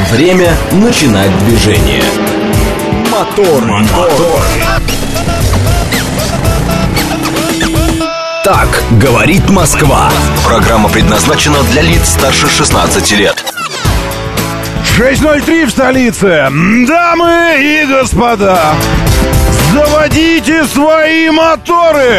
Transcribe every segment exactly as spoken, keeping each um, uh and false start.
Время начинать движение. Мотор, мотор. Так говорит Москва. Программа предназначена для лиц старше шестнадцати лет. шесть ноль три в столице. Дамы и господа, заводите свои моторы.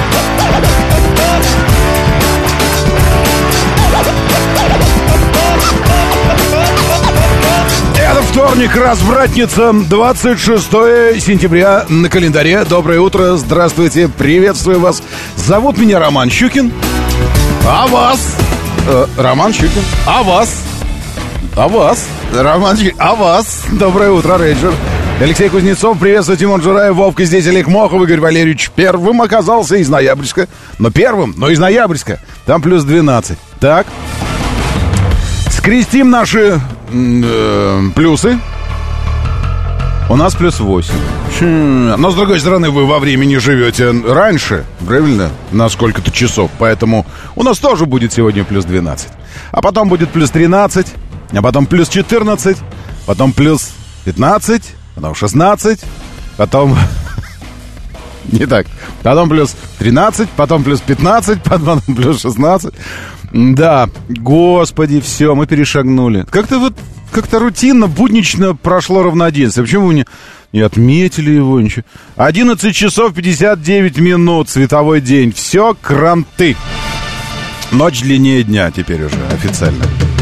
Это вторник, развратница, двадцать шестое сентября на календаре. Доброе утро, здравствуйте, приветствую вас. Зовут меня Роман Щукин. А вас? Э, Роман Щукин. А вас? А вас? Роман Щукин. А вас? Доброе утро, рейнджер. Алексей Кузнецов, приветствую, Тимон Жураев, Вовка здесь, Олег Мохов, Игорь Валерьевич. Первым оказался из Ноябрьска. Но первым, но из Ноябрьска. Там плюс двенадцать. Так. Скрестим наши э, плюсы. У нас плюс восемь. Но, с другой стороны, вы во времени живете раньше, правильно? На сколько-то часов. Поэтому у нас тоже будет сегодня плюс двенадцать. А потом будет плюс тринадцать. А потом плюс четырнадцать. Потом плюс пятнадцать. Потом шестнадцать. Потом... Не так. Потом плюс тринадцать. Потом плюс пятнадцать. Потом плюс шестнадцать. Да, господи, все, мы перешагнули. Как-то вот, как-то рутинно, буднично прошло равноденствие. Почему вы не, не отметили его, ничего? одиннадцать часов пятьдесят девять минут, световой день. Все, кранты. Ночь длиннее дня теперь уже официально.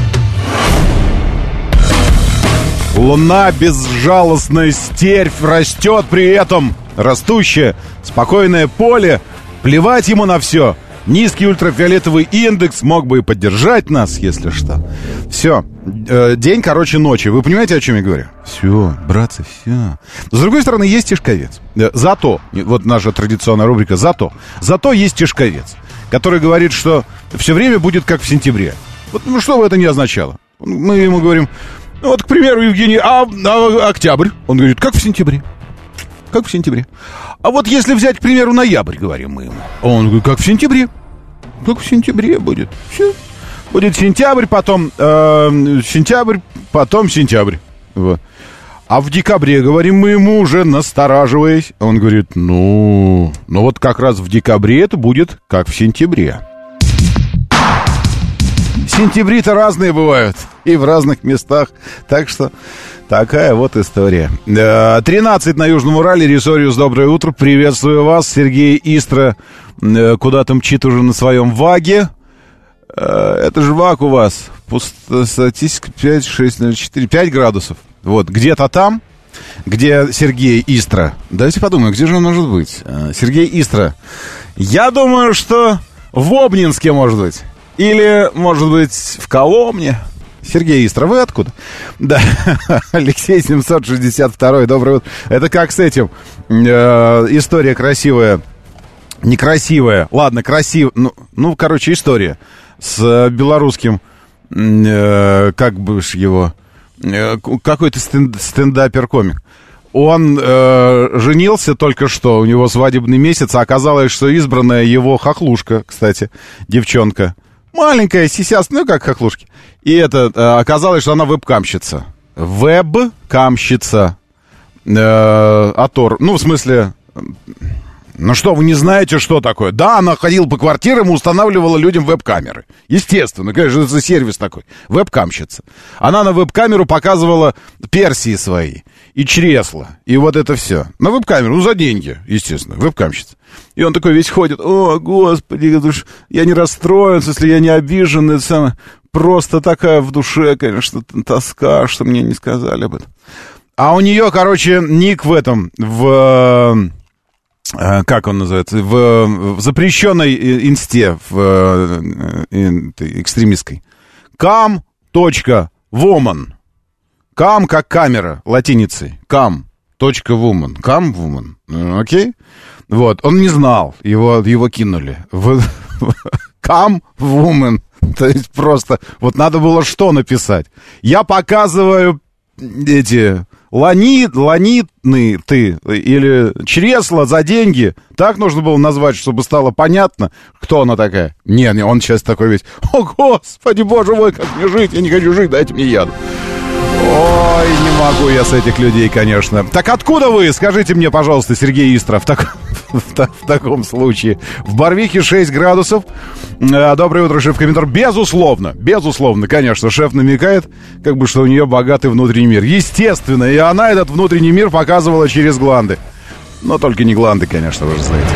Луна, безжалостная стервь, растет при этом. Растущее, спокойное поле. Плевать ему на все. Низкий ультрафиолетовый индекс мог бы и поддержать нас, если что. Все. Э, день короче ночи. Вы понимаете, о чем я говорю? Все, братцы, все. С другой стороны, есть тишковец. Зато, вот наша традиционная рубрика «Зато». Зато есть тишковец, который говорит, что все время будет как в сентябре. Вот, ну, что бы это ни означало. Мы ему говорим, ну, вот, к примеру, Евгений, а, а октябрь? Он говорит, как в сентябре. Как в сентябре. А вот если взять, к примеру, ноябрь, говорим мы ему. Он говорит, как в сентябре. Как в сентябре будет. Все. Будет сентябрь, потом э, сентябрь, потом сентябрь. Вот. А в декабре, говорим мы ему, уже настораживаясь. Он говорит, ну, ну вот как раз в декабре это будет как в сентябре. Сентябри-то разные бывают. И в разных местах. Так что такая вот история. тринадцать на Южном Урале. Ресориус, доброе утро. Приветствую вас. Сергей Истра куда-то мчит уже на своем ВАГе. Это же ВАГ у вас. Пуст... Статистика пять, шесть, ноль, четыре, пять градусов. Вот, где-то там, где Сергей Истра. Давайте подумаем, где же он может быть? Сергей Истра. Я думаю, что в Обнинске, может быть. Или, может быть, в Коломне. Сергей Истра, вы откуда? Да, Алексей семьсот шестьдесят два, доброе утро. Это как с этим? Э, история красивая. Некрасивая. Ладно, красивая. Ну, ну, короче, история. С белорусским, э, как бы ж его, э, какой-то стенд, стендапер-комик. Он э, женился только что, у него свадебный месяц, а оказалось, что избранная его хохлушка, кстати, девчонка. Маленькая, сисястая, ну как хохлушки. И это, э, оказалось, что она веб-камщица. Веб-камщица. Э, Атор. Ну, в смысле... Ну что, вы не знаете, что такое? Да, она ходила по квартирам и устанавливала людям веб-камеры. Естественно, конечно, это сервис такой. Веб-камщица. Она на веб-камеру показывала персии свои. И чресла. И вот это все. На веб-камеру, ну за деньги, естественно. Веб-камщица. И он такой весь ходит. О, господи, я не расстроен, если я не обижен. Это самое... Просто такая в душе, конечно, тоска, что мне не сказали об этом. А у нее, короче, ник в этом, в... Как он называется? В, в запрещенной инсте, в экстремистской. cam.woman. Cam как камера, латиницей. cam.woman. Cam.woman. Окей? Вот, он не знал, его, его кинули. Cam.woman. То есть просто, вот надо было что написать? Я показываю эти... Ланит, ланитный ты, или чресла за деньги. Так нужно было назвать, чтобы стало понятно, кто она такая. Не, не, он сейчас такой весь, о, господи, боже мой, как мне жить, я не хочу жить, дайте мне яд. Ой, не могу я с этих людей, конечно. Так откуда вы? Скажите мне, пожалуйста, Сергей Истра, в, так... в, та... в таком случае. В Барвихе шесть градусов. Доброе утро, шеф-комментатор. Безусловно, безусловно, конечно, шеф намекает, как бы, что у нее богатый внутренний мир. Естественно, и она этот внутренний мир показывала через гланды. Но только не гланды, конечно, вы же знаете.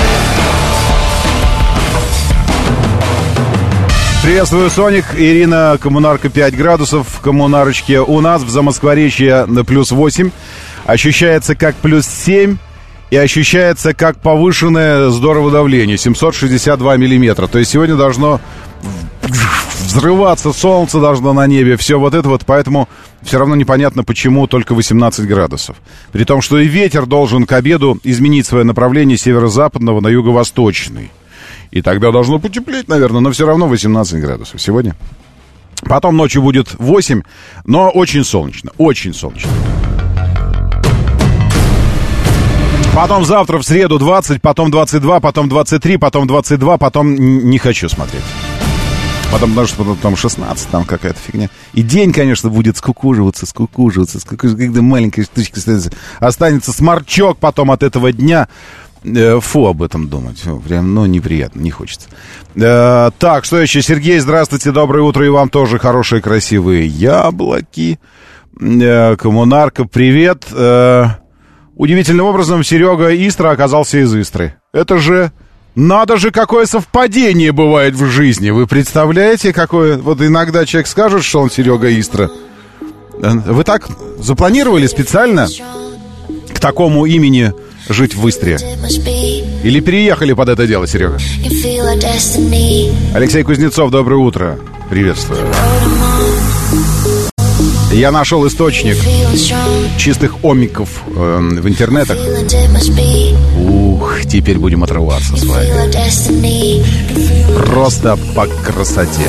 Приветствую, Соник. Ирина, Коммунарка пять градусов. В Коммунарочке у нас в Замоскворечье плюс восемь. Ощущается как плюс семь. И ощущается как повышенное здорово давление. семьсот шестьдесят два миллиметра. То есть сегодня должно взрываться солнце, должно на небе. Все вот это вот. Поэтому все равно непонятно, почему только восемнадцать градусов. При том, что и ветер должен к обеду изменить свое направление с северо-западного на юго-восточный. И тогда должно потеплеть, наверное, но все равно восемнадцать градусов сегодня. Потом ночью будет восемь, но очень солнечно, очень солнечно. Потом завтра в среду двадцать, потом двадцать два, потом двадцать три, потом двадцать два, потом не хочу смотреть. Потом, потому что потом шестнадцать, там какая-то фигня. И день, конечно, будет скукуживаться, скукуживаться, скукуживаться, когда маленькая штучка останется сморчок потом от этого дня. Фу, об этом думать. Прям, ну, неприятно, не хочется. э, Так, что еще? Сергей, здравствуйте, доброе утро. И вам тоже хорошие, красивые яблоки. э, Коммунарка, привет. э, Удивительным образом Серега Истра оказался из Истры. Это же... Надо же, какое совпадение бывает в жизни. Вы представляете, какое... Вот иногда человек скажет, что он Серега Истра. Вы так запланировали специально к такому имени жить в Истре? Или переехали под это дело, Серега? Алексей Кузнецов, доброе утро. Приветствую. Я нашел источник чистых омиков э, в интернетах. Ух, теперь будем отрываться с вами. Просто по красоте.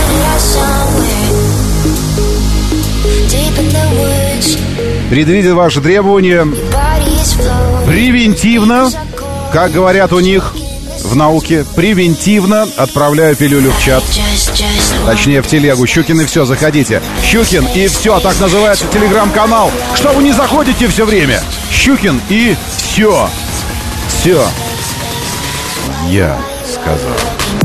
Предвидя ваши требования, превентивно, как говорят у них в науке, превентивно отправляю пилюлю в чат. Точнее, в телегу. Щукин и все, заходите. Щукин и все, так называется телеграм-канал. Что вы не заходите все время? Щукин и все. Все. Я сказал.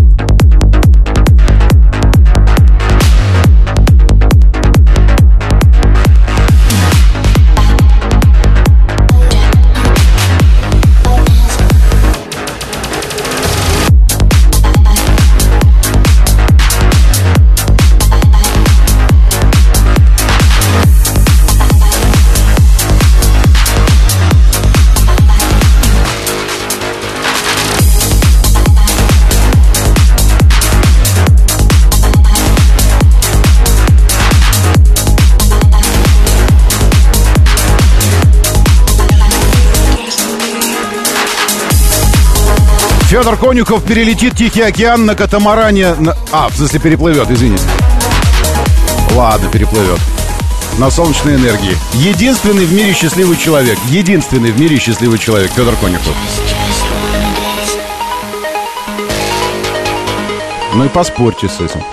Федор Конюхов перелетит Тихий океан на катамаране... На... А, в смысле переплывет, извините. Ладно, переплывет. На солнечной энергии. Единственный в мире счастливый человек. Единственный в мире счастливый человек. Федор Конюхов. Ну и поспорьте с этим.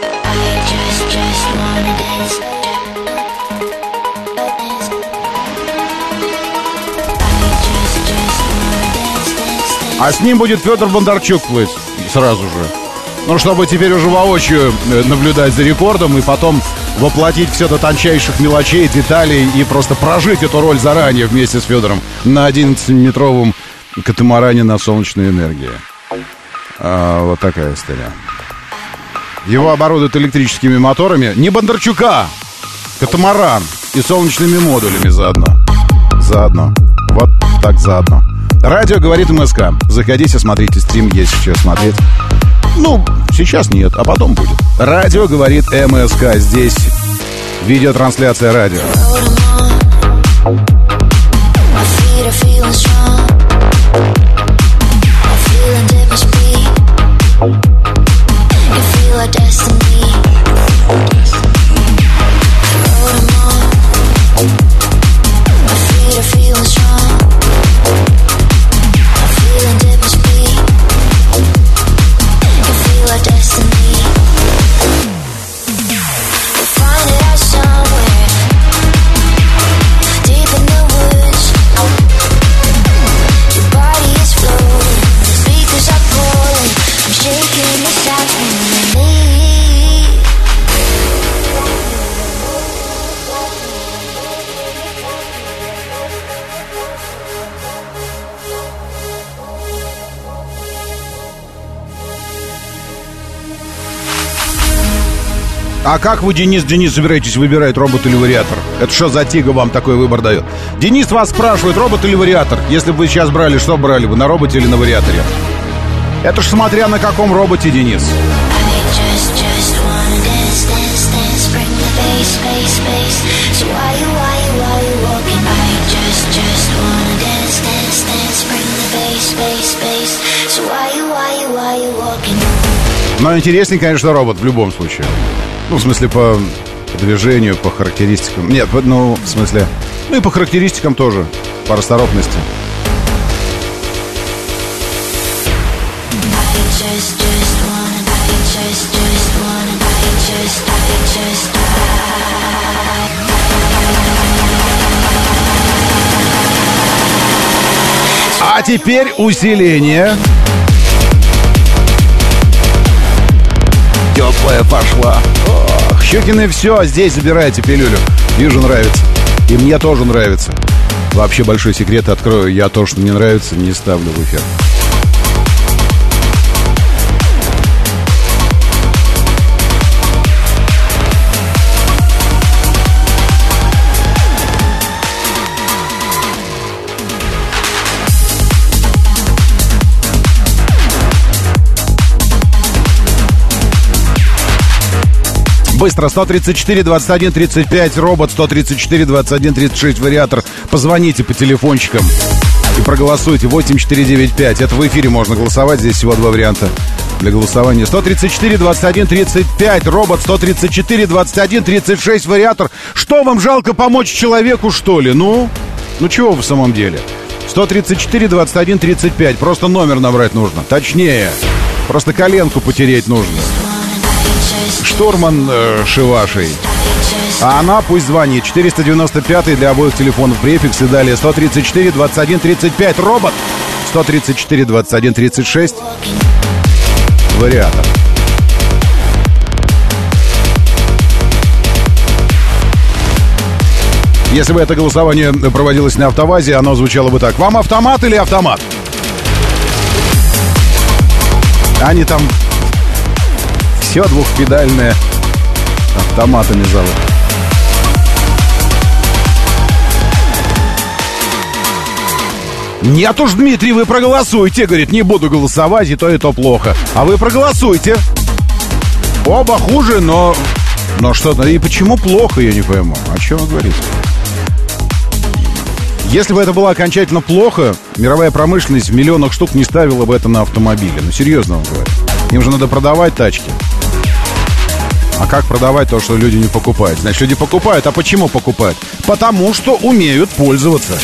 А с ним будет Федор Бондарчук плыть сразу же. Ну, чтобы теперь уже воочию наблюдать за рекордом и потом воплотить все до тончайших мелочей, деталей и просто прожить эту роль заранее вместе с Федором на одиннадцатиметровом катамаране на солнечной энергии. А, вот такая история. Его оборудуют электрическими моторами. Не Бондарчука, катамаран и солнечными модулями заодно. Заодно. Вот так заодно. Радио говорит МСК. Заходите, смотрите стрим, есть что смотреть. Ну, сейчас нет, а потом будет. Радио говорит МСК. Здесь видеотрансляция радио. А как вы, Денис, Денис, собираетесь выбирать, робот или вариатор? Это что за тига вам такой выбор дает? Денис вас спрашивает, робот или вариатор? Если бы вы сейчас брали, что брали бы, на роботе или на вариаторе? Это ж смотря на каком роботе, Денис. Но интереснее, конечно, робот в любом случае. Ну, в смысле, по движению, по характеристикам. Нет, ну, в смысле... Ну и по характеристикам тоже, по расторопности. А теперь усиление. Теплая пошла. Ох, Щукины, все, здесь забирайте пилюлю. Вижу, нравится. И мне тоже нравится. Вообще большой секрет открою. Я то, что мне нравится, не ставлю в эфир. Быстро, сто тридцать четыре двадцать один тридцать пять, робот, сто тридцать четыре двадцать один тридцать шесть, вариатор. Позвоните по телефончикам и проголосуйте. восемь четыре девять пять. Это в эфире можно голосовать. Здесь всего два варианта для голосования. сто тридцать четыре двадцать один тридцать пять, робот, сто тридцать четыре двадцать один тридцать шесть, вариатор. Что, вам жалко помочь человеку, что ли? Ну, ну чего вы в самом деле? сто тридцать четыре двадцать один тридцать пять. Просто номер набрать нужно. Точнее, просто коленку потереть нужно. Штурман э, Шивашей. А она пусть звонит. четыреста девяносто пять для обоих телефонов префикс и далее сто тридцать четыре двадцать один тридцать пять. Робот. сто тридцать четыре двадцать один тридцать шесть. Вариатор. Если бы это голосование проводилось на автовазе, оно звучало бы так. Вам автомат или автомат? Они там... Все двухпедальные, автоматами зовут. Нет уж, Дмитрий, вы проголосуйте. Говорит, не буду голосовать, и то, и то плохо. А вы проголосуйте. Оба хуже, но... Но что-то... И почему плохо, я не пойму. О чем вы говорите? Если бы это было окончательно плохо, мировая промышленность в миллионах штук не ставила бы это на автомобили. Ну, серьезно вам говорю. Им же надо продавать тачки. А как продавать то, что люди не покупают? Значит, люди покупают. А почему покупают? Потому что умеют пользоваться.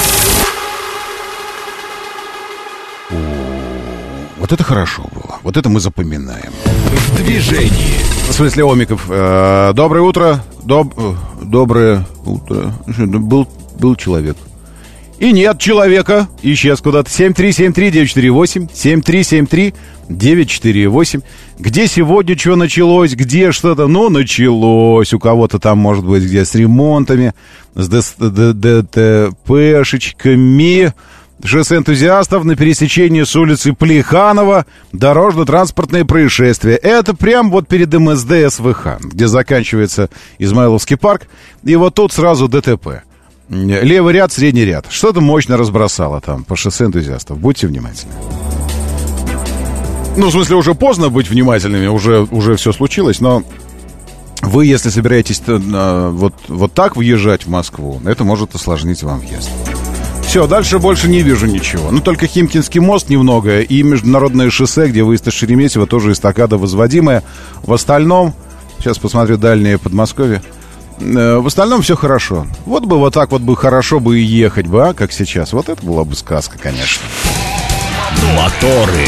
О, вот это хорошо было. Вот это мы запоминаем. В движении. В смысле, Омиков. Э, доброе утро. Доб... Доброе утро. Был, был человек. И нет человека. Исчез куда-то. семь три семь три девять четыре восемь. семь три семь три девять четыре восемь. Где сегодня что началось? Где что-то? Ну, началось. У кого-то там, может быть, где с ремонтами, с ДТПшечками. Шоссе энтузиастов на пересечении с улицы Плеханова. Дорожно-транспортное происшествие. Это прям вот перед эм эс дэ эс вэ ха, где заканчивается Измайловский парк. И вот тут сразу ДТП. Левый ряд, средний ряд. Что-то мощно разбросало там по шоссе энтузиастов. Будьте внимательны. Ну, в смысле, уже поздно быть внимательными. Уже, уже все случилось, но вы, если собираетесь вот, вот так въезжать в Москву, это может осложнить вам въезд. Все, дальше больше не вижу ничего. Ну, только Химкинский мост немного и международное шоссе, где выезд из Шереметьево, тоже эстакада возводимая. В остальном, сейчас посмотрю дальнее Подмосковье. В остальном все хорошо. Вот бы вот так вот бы хорошо бы и ехать бы, а, как сейчас. Вот это была бы сказка, конечно. Моторы.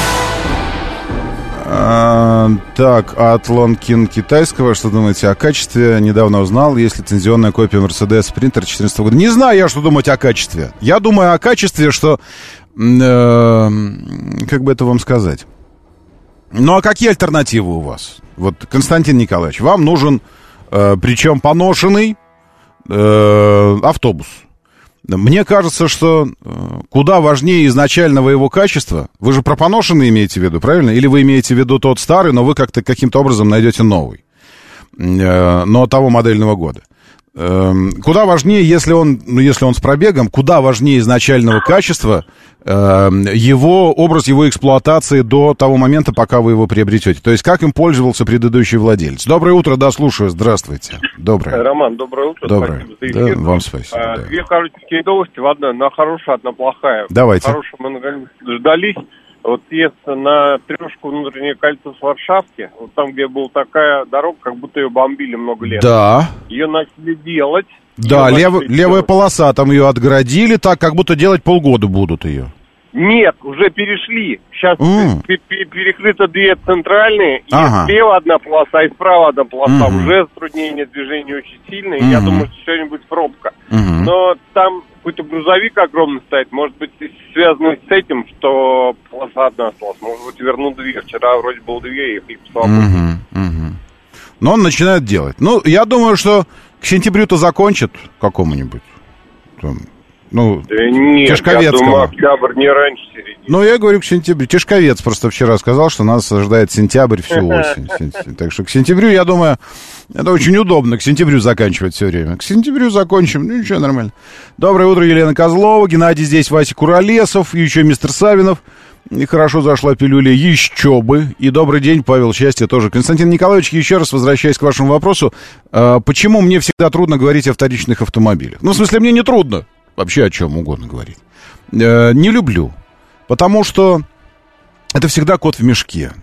А, так, от Лонкин китайского. Что думаете о качестве? Недавно узнал, есть лицензионная копия Mercedes Sprinter две тысячи четырнадцатого года. Не знаю я, что думать о качестве. Я думаю о качестве, что... Э, как бы это вам сказать? Ну, а какие альтернативы у вас? Вот, Константин Николаевич, вам нужен... Причем поношенный э, автобус. Мне кажется, что куда важнее изначального его качества. Вы же про поношенный имеете в виду, правильно? Или вы имеете в виду тот старый, но вы как-то каким-то образом найдете новый. но того модельного года. Куда важнее, если он, ну, если он с пробегом, куда важнее изначального качества его образ его эксплуатации до того момента, пока вы его приобретете. То есть, как им пользовался предыдущий владелец. Доброе утро, да, слушаю, здравствуйте. Доброе. Роман, доброе утро. Доброе. Да, вам спасибо. А, да. Две хорошие новости, одна хорошая, одна плохая. Давайте. Хорошую мы наконец дождались. Вот если на трешку внутреннее кольцо с Варшавки, вот там, где была такая дорога, как будто ее бомбили много лет. Да. Ее начали делать. Да, ее лев, начали левая делать. полоса, там ее отгородили так, как будто делать полгода будут ее. Нет, уже перешли. Сейчас Mm. пе- пе- перекрыто две центральные, и Ага. слева одна полоса, и справа одна полоса. Мгм. Уже затруднение движения очень сильное, и Мгм. я думаю, что сегодня-нибудь пробка. Мгм. Но там какой-то грузовик огромный стоит, может быть, связано с этим, что полоса одна осталась. Может быть, вернут две. Вчера вроде было две, и свободно. Мгм, мгм. Но он начинает делать. Ну, я думаю, что к сентябрю-то закончат какому-нибудь. Там, ну, Да нет, я Тишковецкого. думаю, октябрь не раньше середины. Ну, я говорю к сентябрю. Тишковец просто вчера сказал, что нас ожидает сентябрь всю осень. Сентябрь. Так что к сентябрю, я думаю, это очень удобно, к сентябрю заканчивать все время. К сентябрю закончим, ну ничего, нормально. Доброе утро, Елена Козлова, Геннадий здесь, Вася Куролесов, и еще мистер Савинов. И хорошо зашла пилюля, еще бы. И добрый день, Павел Счастье тоже. Константин Николаевич, еще раз возвращаясь к вашему вопросу, э, почему мне всегда трудно говорить о вторичных автомобилях? Ну, в смысле, мне не трудно. Вообще о чем угодно говорить. Э, не люблю. Потому что это всегда кот в мешке.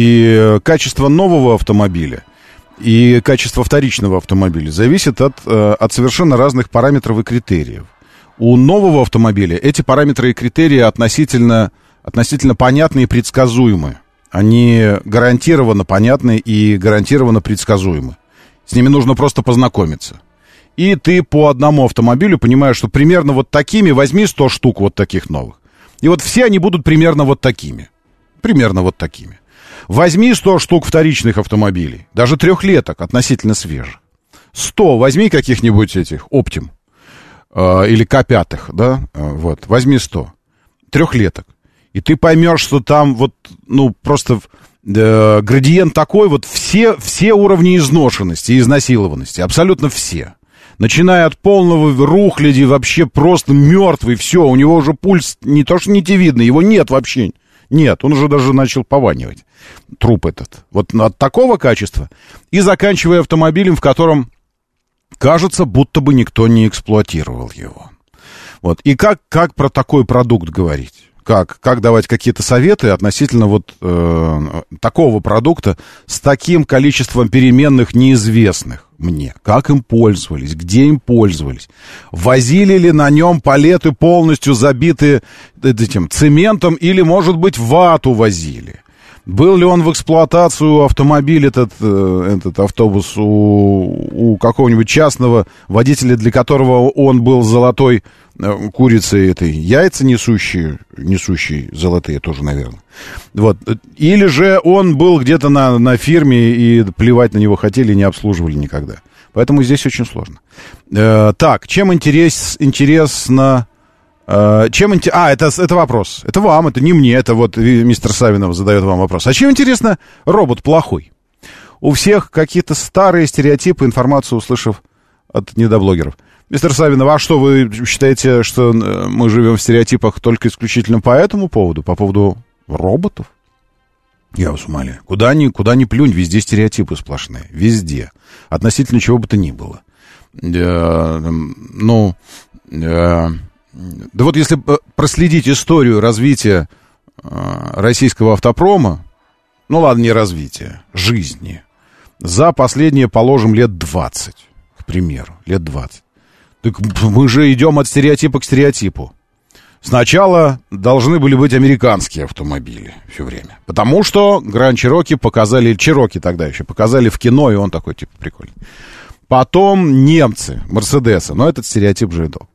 И качество нового автомобиля и качество вторичного автомобиля зависит от, от совершенно разных параметров и критериев. У нового автомобиля эти параметры и критерии относительно, относительно понятны и предсказуемы. Они гарантированно понятны и гарантированно предсказуемы. С ними нужно просто познакомиться. И ты по одному автомобилю понимаешь, что примерно вот такими возьми сто штук вот таких новых. И вот все они будут примерно вот такими. Примерно вот такими. Возьми сто штук вторичных автомобилей, даже трехлеток, относительно свежих. сто возьми каких-нибудь этих, Оптим, э, или К пять, да, э, вот, возьми сто трехлеток. И ты поймешь, что там вот, ну, просто э, градиент такой, вот все, все уровни изношенности и изнасилованности, абсолютно все. Начиная от полного рухляди, вообще просто мертвый, все, у него уже пульс не то что нитевидный, его нет вообще. Нет, он уже даже начал пованивать, труп этот. Вот от такого качества. И заканчивая автомобилем, в котором кажется, будто бы никто не эксплуатировал его. Вот. И как, как про такой продукт говорить? Как, как давать какие-то советы относительно вот э, такого продукта с таким количеством переменных неизвестных мне? Как им пользовались? Где им пользовались? Возили ли на нем палеты полностью забитые этим цементом или, может быть, вату возили? Был ли он в эксплуатацию автомобиль, этот, этот автобус, у, у какого-нибудь частного водителя, для которого он был золотой курицей этой, яйца несущие, несущие золотые тоже, наверное. Вот. Или же он был где-то на, на фирме, и плевать на него хотели, не обслуживали никогда. Поэтому здесь очень сложно. Э, так, чем интерес, интересно... Чем инте... А, это, это вопрос. Это вам, это не мне. Это вот мистер Савинов задает вам вопрос. А чем, интересно, робот плохой? У всех какие-то старые стереотипы, информацию услышав от недоблогеров. Мистер Савинов, а что, вы считаете, что мы живем в стереотипах только исключительно по этому поводу? По поводу роботов? Я вас умоляю. Куда ни, куда ни плюнь, везде стереотипы сплошные. Везде. Относительно чего бы то ни было. Э, ну... Э, Да вот если проследить историю развития э, российского автопрома, ну ладно, не развития, жизни, за последние, положим, лет двадцать, к примеру, лет двадцать, так мы же идем от стереотипа к стереотипу. Сначала должны были быть американские автомобили все время, потому что Гранд Чироки показали, Чироки тогда еще показали в кино, и он такой, типа, прикольный. Потом немцы, Мерседесы, но этот стереотип же идол.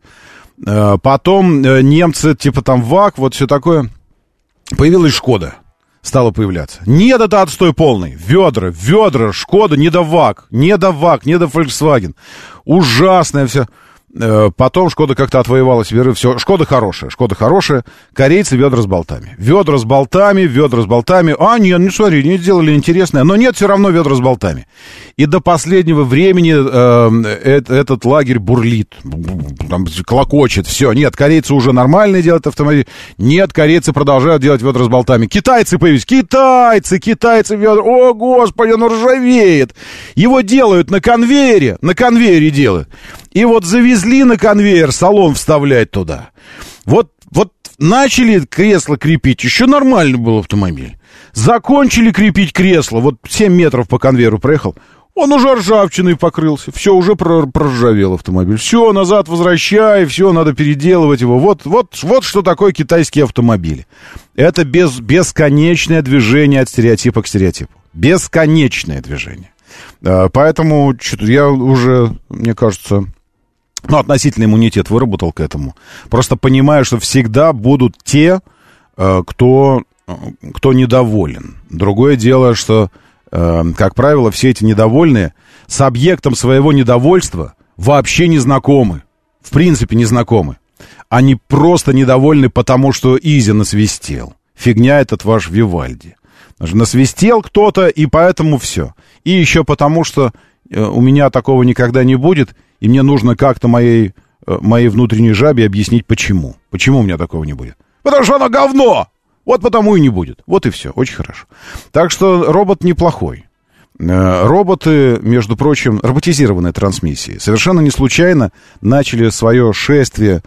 Потом немцы, типа там ВАК, вот все такое. Появилась Шкода, стала появляться. Нет, это отстой полный. Ведра, ведра, Шкода, не до ВАК, не до ВАК, не до Volkswagen. Ужасное все. Потом Шкода как-то отвоевала себе рынок. Все, Шкода хорошая, Шкода хорошая. Корейцы ведра с болтами. Ведра с болтами, ведра с болтами. А, нет, не смотри, не сделали интересное. Но нет, все равно ведра с болтами. И до последнего времени э, этот лагерь бурлит. Там клокочет. Все, нет, корейцы уже нормально делают автомобиль. Нет, корейцы продолжают делать ведра с болтами. Китайцы появились. Китайцы, китайцы ведра. О, господи, оно ржавеет. Его делают на конвейере. На конвейере делают. И вот завезли на конвейер, салон вставлять туда. Вот, вот начали кресло крепить, еще нормально был автомобиль. Закончили крепить кресло, вот семь метров по конвейеру проехал, он уже ржавчиной покрылся, все, уже проржавел автомобиль. Все, назад возвращай, все, надо переделывать его. Вот, вот, вот что такое китайские автомобили. Это без, бесконечное движение от стереотипа к стереотипу. Бесконечное движение. Поэтому я уже, мне кажется... Ну, относительный иммунитет выработал к этому. Просто понимаю, что всегда будут те, кто, кто недоволен. Другое дело, что, как правило, все эти недовольные с объектом своего недовольства вообще не знакомы. В принципе, не знакомы. Они просто недовольны, потому что Изи насвистел. Фигня этот ваш Вивальди. Насвистел кто-то, и поэтому все. И еще потому, что у меня такого никогда не будет, и мне нужно как-то моей, моей внутренней жабе объяснить, почему. Почему у меня такого не будет? Потому что оно говно! Вот потому и не будет. Вот и все. Очень хорошо. Так что робот неплохой. Роботы, между прочим, роботизированные трансмиссии, совершенно не случайно начали свое шествие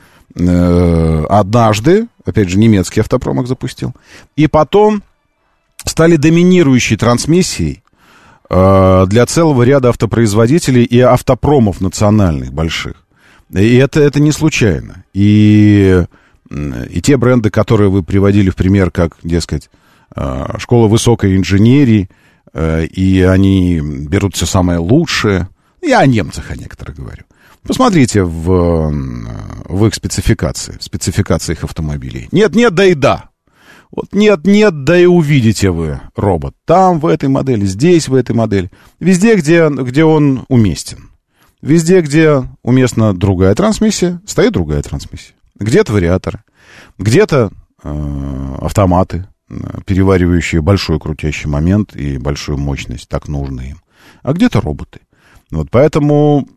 однажды, опять же, немецкий автопром их запустил, и потом стали доминирующей трансмиссией для целого ряда автопроизводителей и автопромов национальных больших. И это, это не случайно. И, и те бренды, которые вы приводили в пример, как, дескать, школа высокой инженерии, и они берут все самое лучшее. Я о немцах, о некоторых говорю. Посмотрите в, в их спецификации, в спецификации их автомобилей. Нет, нет, да и да. Вот нет-нет, да и увидите вы робот. Там, в этой модели, здесь, в этой модели. Везде, где, где он уместен. Везде, где уместна другая трансмиссия, стоит другая трансмиссия. Где-то вариаторы, где-то э, автоматы, переваривающие большой крутящий момент и большую мощность, так нужно им. А где-то роботы. Вот поэтому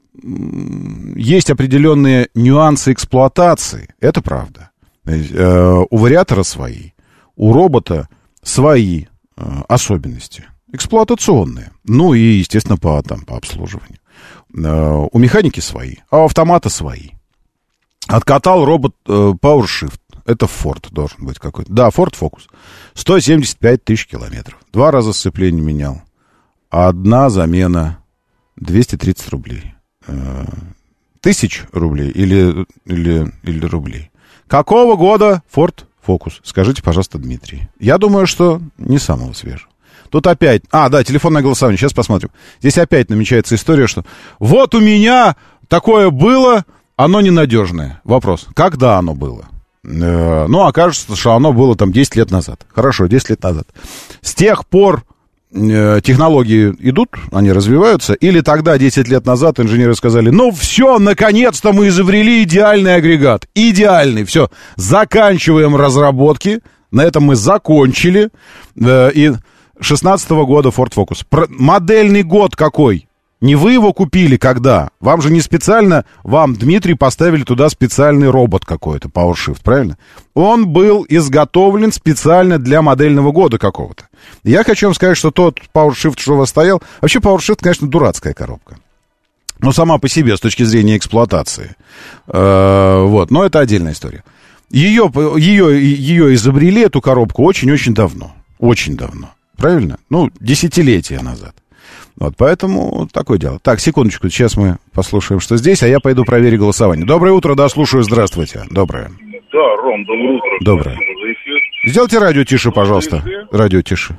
есть определенные нюансы эксплуатации. Это правда. Э, у вариатора свои. У робота свои э, особенности, эксплуатационные, ну и, естественно, по, там, по обслуживанию. Э, у механики свои, а у автомата свои. Откатал робот э, PowerShift, это Ford должен быть какой-то. Да, Ford Focus, сто семьдесят пять тысяч километров, два раза сцепление менял, одна замена двести тридцать рублей. Э, тысяч рублей или, или, или рублей. Какого года Ford Фокус? Скажите, пожалуйста, Дмитрий. Я думаю, что не самого свежего. Тут опять... А, да, телефонное голосование. Сейчас посмотрим. Здесь опять намечается история, что вот у меня такое было, оно ненадежное. Вопрос. Когда оно было? Э, ну, окажется, что оно было там десять лет назад. Хорошо, десять лет назад. С тех пор э, технологии идут, они развиваются. Или тогда, десять лет назад, инженеры сказали, ну все, наконец-то мы изобрели идеальный агрегат. Идеальный, все. Заканчиваем разработки. На этом мы закончили. Э, и шестнадцатого года Ford Focus. Про... Модельный год какой? Не вы его купили когда? Вам же не специально, вам, Дмитрий, поставили туда специальный робот какой-то, PowerShift, правильно? Он был изготовлен специально для модельного года какого-то. Я хочу вам сказать, что тот PowerShift, что у вас стоял... Вообще PowerShift, конечно, дурацкая коробка. Но сама по себе, с точки зрения эксплуатации. Э-э- вот, но это отдельная история. Ее, ее, ее изобрели, эту коробку, очень-очень давно. Очень давно. Правильно? Ну, десятилетия назад. Вот, поэтому такое дело. Так, секундочку, сейчас мы послушаем, что здесь, а я пойду проверю голосование. Доброе утро, да, слушаю, здравствуйте. Доброе. Да, Ром, доброе утро. Доброе. Сделайте радио тише, пожалуйста. Радио тише.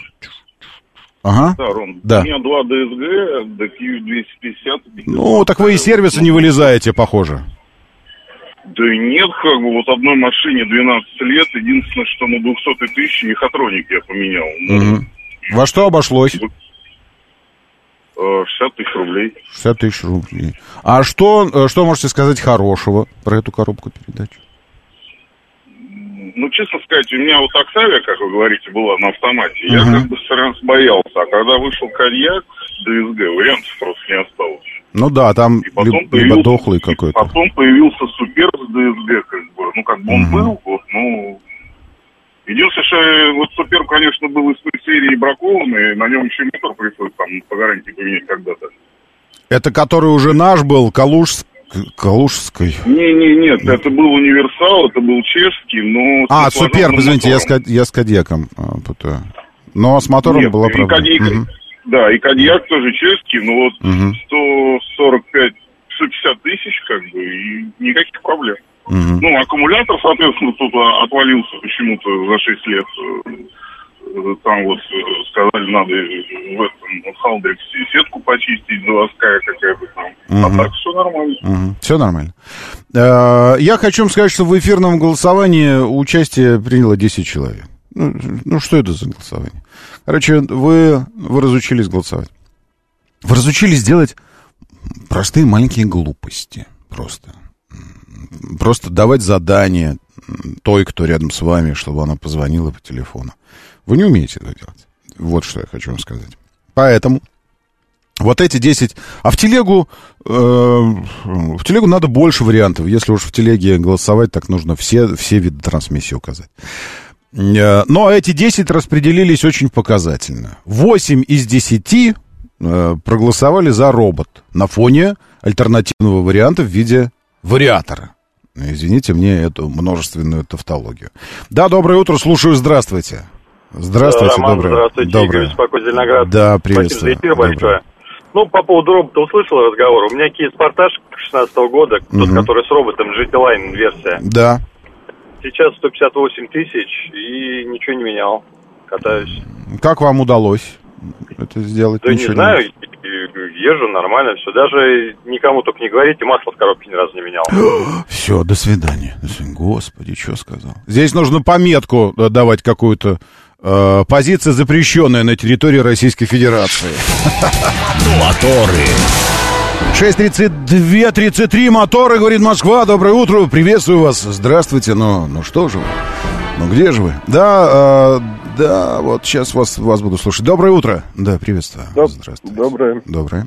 Ага. Да, Ром, да. У меня два ДСГ, ди кью двести пятьдесят. Ну, так вы из сервиса не вылезаете, похоже. Да нет, как бы, вот одной машине двенадцать лет, единственное, что на двухсотой тысяче мехатроник я поменял. Угу. Во что обошлось? шестьдесят тысяч рублей. шестьдесят тысяч рублей. А что, что можете сказать хорошего про эту коробку передач? Ну, честно сказать, у меня вот Оксавия, как вы говорите, была на автомате. Я Uh-huh. как бы сразу боялся. А когда вышел Кадьяк, ДСГ, вариантов просто не осталось. Ну да, там И потом либо, появился, либо дохлый какой-то. Потом появился Супер с ДСГ, как бы. Ну, как бы он Uh-huh. был, вот, ну... Единственное, что вот Супер, конечно, был из той серии бракованный, на нем еще мотор пришлось там по гарантии поменять когда-то. Это который уже наш был, Калужск... Калужской. Не, не, нет, это был универсал, это был чешский, но... А, Супер, извините, я с, я с Кадьяком а, путаю. Но с мотором нет, была и проблема. Кадьяк, Угу. Да, и Кадьяк тоже чешский, но вот Угу. сто сорок пять - сто пятьдесят тысяч, как бы, и никаких проблем. Угу. Ну, аккумулятор, соответственно, тут отвалился почему-то за шесть лет. Там вот сказали, надо в этом халдере сетку почистить, заводская какая-то там. Угу. А так все нормально. Угу. Все нормально. Я хочу вам сказать, что в эфирном голосовании участие приняло десять человек. Ну, ну что это за голосование? Короче, вы, вы разучились голосовать. Вы разучились делать простые маленькие глупости. Просто. Просто давать задание той, кто рядом с вами, чтобы она позвонила по телефону. Вы не умеете это делать. Вот что я хочу вам сказать. Поэтому вот эти десять... А в телегу... Э, в телегу надо больше вариантов. Если уж в телеге голосовать, так нужно все, все виды трансмиссии указать. Э, но эти десять распределились очень показательно. восемь из десяти э, проголосовали за робот на фоне альтернативного варианта в виде вариатора. Извините мне эту множественную тавтологию. Да, доброе утро, слушаю, здравствуйте. Здравствуйте, Роман, доброе. здравствуйте, доброе. Игорь беспокоит, Зеленоград. Да, приветствую. Спасибо за эфир большое. Ну, по поводу робота услышал разговор. У меня Kia Sportage шестнадцатого года, Угу. тот, который с роботом, джи ти Line версия. Да. Сейчас сто пятьдесят восемь тысяч и ничего не менял. Катаюсь. Как вам удалось это сделать? Да Ничего не знаю, езжу нормально, все. Даже никому только не говорите, масло в коробке ни разу не менял. Все, до свидания. До свидания. Господи, что сказал? Здесь нужно пометку давать какую-то. Э, позиция, запрещенная на территории Российской Федерации. Моторы. шесть тридцать два тридцать три, моторы, говорит Москва. Доброе утро, приветствую вас. Здравствуйте. Ну, ну что же вы? Ну где же вы? Да, э, да, вот сейчас вас, вас буду слушать. Доброе утро. Да, приветствую. Доб- Здравствуйте. Доброе. Доброе.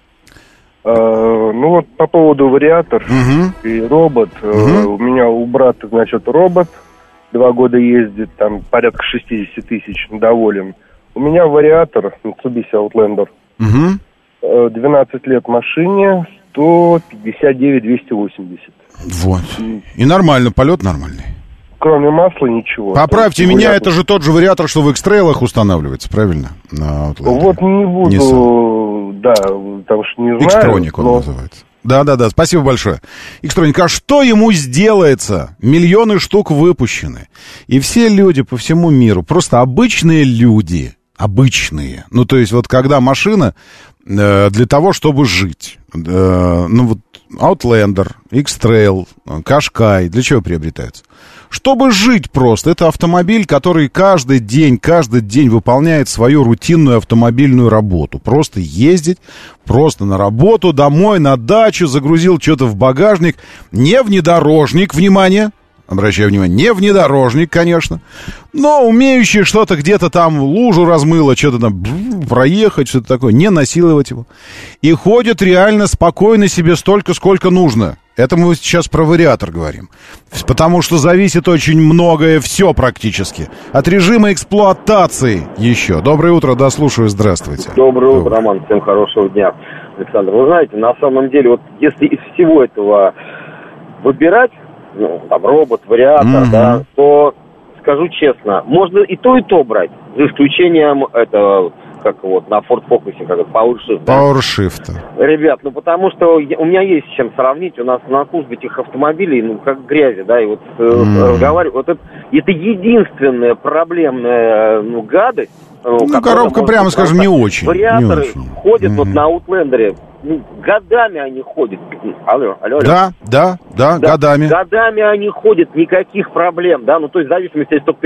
А, ну вот по поводу вариатор Угу. и робот. Мгм. А, у меня у брата, значит, робот. Два года ездит, там порядка шестьдесят тысяч, доволен. У меня вариатор, Mitsubishi Outlander. Угу. А, двенадцать лет машине, сто пятьдесят девять двести восемьдесят. Вот. И нормально, полет нормальный. Кроме масла ничего. Поправьте То есть меня, вариатор- это же тот же вариатор, что в X-Trail'ах устанавливается, правильно? На Outlander. Вот не буду, Nissan. да, потому что не знаю. X-Tronic он но- называется. Да-да-да, спасибо большое. X-Tronic, а что ему сделается? Миллионы штук выпущены. И все люди по всему миру, просто обычные люди, обычные. Ну, то есть вот когда машина э, для того, чтобы жить. Э, ну, вот Outlander, X-Trail, Qashqai, для чего приобретаются? Чтобы жить просто. Это автомобиль, который каждый день, каждый день выполняет свою рутинную автомобильную работу. Просто ездить, просто на работу, домой, на дачу, загрузил что-то в багажник. Не внедорожник, внимание, обращаю внимание, не внедорожник, конечно, но умеющий что-то где-то там лужу размыло, что-то там проехать, что-то такое, не насиловать его. И ходит реально спокойно себе столько, сколько нужно. Это мы сейчас про вариатор говорим. Потому что зависит очень многое, все практически. От режима эксплуатации еще. Доброе утро, да, слушаю, здравствуйте. Доброе утро, Роман, всем хорошего дня. Александр, вы знаете, на самом деле, вот если из всего этого выбирать, ну, там, робот, вариатор, Мгм. да, то, скажу честно, можно и то, и то брать, за исключением этого, как вот, на Ford Focus, как это, PowerShift. да. PowerShift. Ребят, ну потому что я- у меня есть с чем сравнить. У нас на службе этих автомобилей, ну, как грязи, да, и вот э, Мгм. разговариваю. Вот это, это единственная проблемная, ну, гадость. Ну, которая коробка, может прямо быть, скажем, не просто- очень. Вариаторы не очень. ходят вот Мгм. на Outlander'е, ну, годами они ходят. Алло, алло, алло. Да, да, да, Да, годами. Годами они ходят, никаких проблем, да, ну, то есть в зависимости, если только ты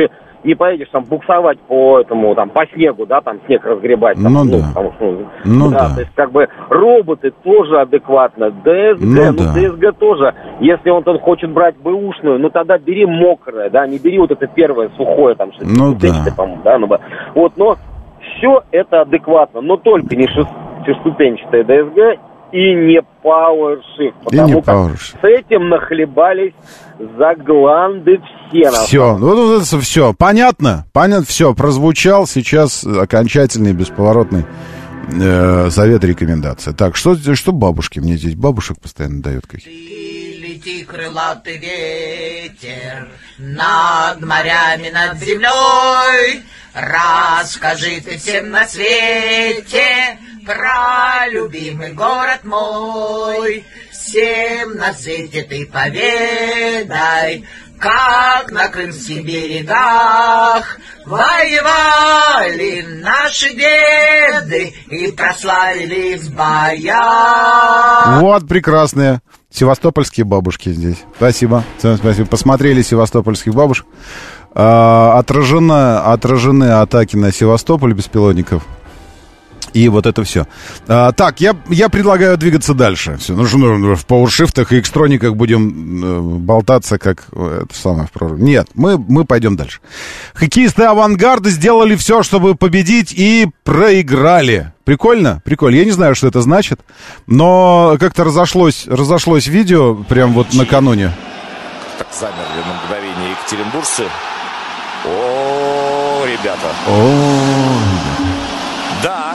не поедешь там буксовать по этому, там, по снегу, да, там снег разгребать. Там, ну, ну, да. Потому, что, ну да, да. То есть, как бы, роботы тоже адекватно, ДСГ, ну, ну, да. ДСГ тоже, если он, он хочет брать бэушную, ну, тогда бери мокрое, да, не бери вот это первое сухое, там, что ну, да. по-моему, да, ну, вот, но все это адекватно, но только не шестиступенчатая ДСГ и не PowerShift, потому и не как PowerShift. с этим нахлебались за гланды все. Все, ну, вот это все, понятно, понятно, все, прозвучал сейчас окончательный, бесповоротный э, совет и рекомендация. Так, что, что бабушки, мне здесь бабушек постоянно дают какие-то. Лети, крылатый ветер, над морями, над землей, расскажи ты всем на свете про любимый город мой. Всем на свете ты поведай, как на крымских берегах воевали наши деды и прославили в боях. Вот, прекрасные севастопольские бабушки здесь. Спасибо. Спасибо. Посмотрели севастопольских бабушек. А, отражена, отражены атаки на Севастополь беспилотников. И вот это все. А, так, я, я предлагаю двигаться дальше. Все, ну, ну, в пауэршифтах и экстрониках будем э, болтаться, как э, это самое в прорыве. Нет, мы, мы пойдем дальше. Хоккеисты «Авангарда» сделали все, чтобы победить, и проиграли. Прикольно? Прикольно. Я не знаю, что это значит, но как-то разошлось, разошлось видео прям вот накануне. Так замерли на мгновение екатеринбуржцы. О, ребята. О, да.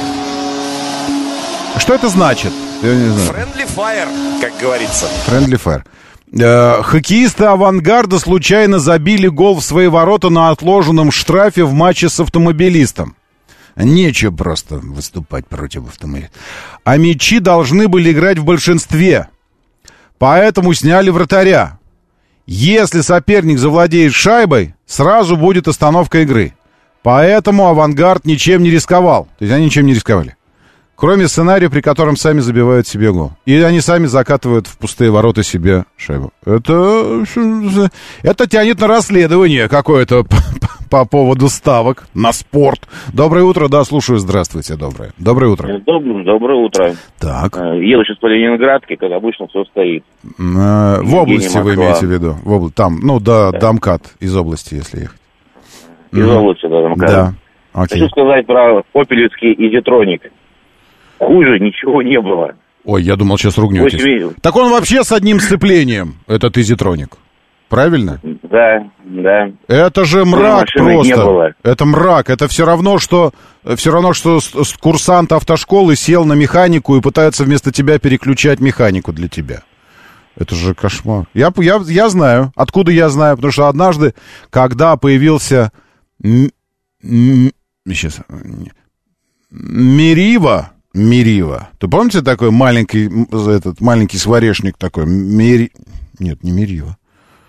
Что это значит? Я не знаю. Friendly fire, как говорится. Friendly fire. Э, хоккеисты «Авангарда» случайно забили гол в свои ворота на отложенном штрафе в матче с автомобилистом. Нечего просто выступать против автомобилистов. А мячи должны были играть в большинстве. Поэтому сняли вратаря. Если соперник завладеет шайбой, сразу будет остановка игры. Поэтому «Авангард» ничем не рисковал. То есть они ничем не рисковали. Кроме сценария, при котором сами забивают себе гол. И они сами закатывают в пустые ворота себе шайбу. Это, это тянет на расследование какое-то по, по поводу ставок на спорт. Доброе утро, да, слушаю, здравствуйте, доброе. Доброе утро. Доброе, доброе утро. Так. Еду сейчас по Ленинградке, как обычно все стоит. А, в области вы имеете в виду? В обла... Там, ну, да, да, до МКАД, из области, если ехать. Из mm-hmm. области до МКАД. Да, окей. Хочу сказать про опелевский изитроник. Хуже ничего не было. Ой, я думал, сейчас ругнетесь. восемь... Так он вообще с одним сцеплением, этот изитроник. Правильно? Да, да. Это же мрак просто. Это мрак. Это все равно, что все равно, что курсант автошколы сел на механику и пытается вместо тебя переключать механику для тебя. Это же кошмар. Я, я, я знаю. Откуда я знаю? Потому что однажды, когда появился м- м- сейчас, Мерива, Мерива. Ты помните такой маленький, этот маленький сварешник такой? Мери... Нет, не Мерива.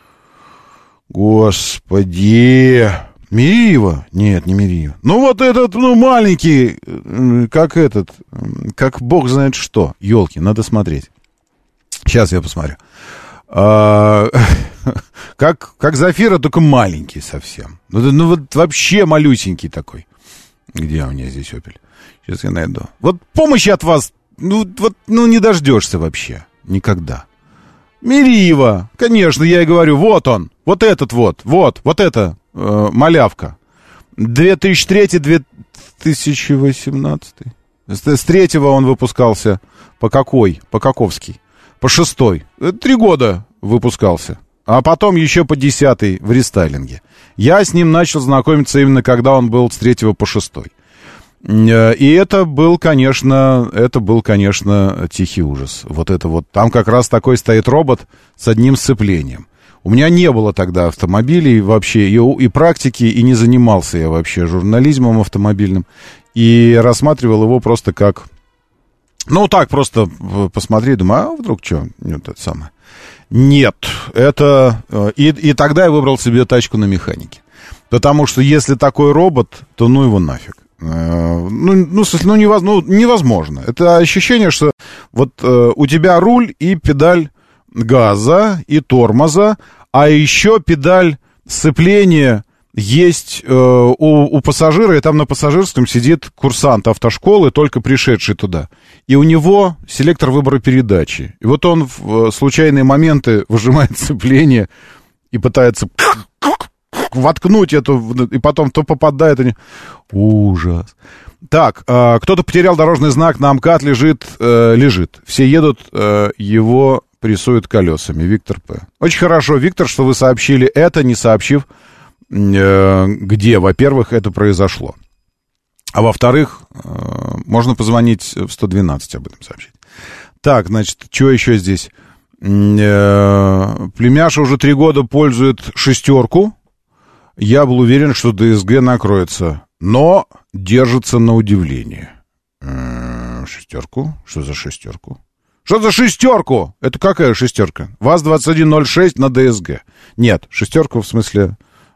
Господи. Мерива? Нет, не Мерива. Ну вот этот, ну маленький, как этот, как бог знает что. Ёлки, надо смотреть. Сейчас я посмотрю. А, как, как Зафира, только маленький совсем. Ну, ну вот вообще малюсенький такой. Где у меня здесь Opel? Сейчас я найду. Вот помощи от вас, ну, вот, ну не дождешься вообще. Никогда. Мерива. Конечно, я и говорю, вот он. Вот этот вот. Вот. Вот это э, малявка. две тысячи третий - две тысячи восемнадцатый. С, с третьего он выпускался. По какой? По каковский. По шестой. Три года выпускался. А потом еще по десятый в рестайлинге. Я с ним начал знакомиться именно когда он был с третьего по шестой. И это был, конечно, это был, конечно, тихий ужас. Вот это вот. Там как раз такой стоит робот с одним сцеплением. У меня не было тогда автомобилей вообще, и, и практики, и не занимался я вообще журнализмом автомобильным. И рассматривал его просто как... Ну, так, просто посмотреть, думаю, а вдруг что? Нет, это самое. Нет, это... И, и тогда я выбрал себе тачку на механике. Потому что если такой робот, то ну его нафиг. Ну, ну, ну, невозможно, ну, невозможно. Это ощущение, что вот э, у тебя руль и педаль газа и тормоза, а еще педаль сцепления есть э, у, у пассажира, и там на пассажирском сидит курсант автошколы, только пришедший туда. И у него селектор выбора передачи. И вот он в случайные моменты выжимает сцепление и пытается воткнуть эту, и потом то попадает... И... Ужас. Так, э, кто-то потерял дорожный знак, на МКАД лежит, э, лежит. Все едут, э, его прессуют колесами. Виктор П. Очень хорошо, Виктор, что вы сообщили это, не сообщив, где, во-первых, это произошло. А во-вторых, можно позвонить в сто двенадцать об этом сообщить. Так, значит, что еще здесь? Племяша уже три года пользует шестерку. Я был уверен, что ДСГ накроется, но держится на удивление. Шестерку? Что за шестерку? Что за шестерку? Это какая шестерка? ВАЗ двадцать один ноль шесть на ДСГ. Нет, шестерку в смысле...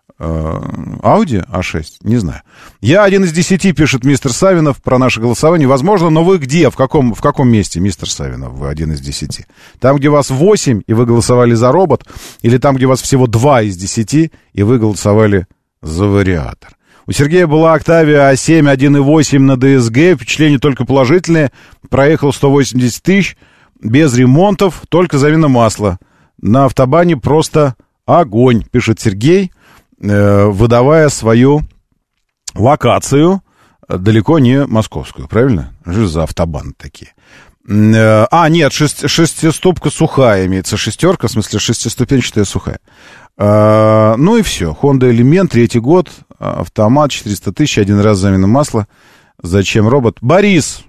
Ауди а шесть? Не знаю. Я один из десяти, пишет мистер Савинов про наше голосование. Возможно, но вы где? В каком, в каком месте, мистер Савинов, вы один из десяти? Там, где вас восемь, и вы голосовали за робот? Или там, где вас всего два из десяти, и вы голосовали за вариатор? У Сергея была Октавия а семь один и восемь на ДСГ. Впечатления только положительные. Проехал сто восемьдесят тысяч. Без ремонтов, только замена масла. На автобане просто огонь, пишет Сергей, выдавая свою локацию, далеко не московскую, правильно? Что за автобаны такие? А, нет, шесть, шестиступка сухая имеется, шестерка, в смысле шестиступенчатая сухая. Ну и все, Honda Element, третий год, автомат, четыреста тысяч, один раз замена масла. Зачем робот? Борис!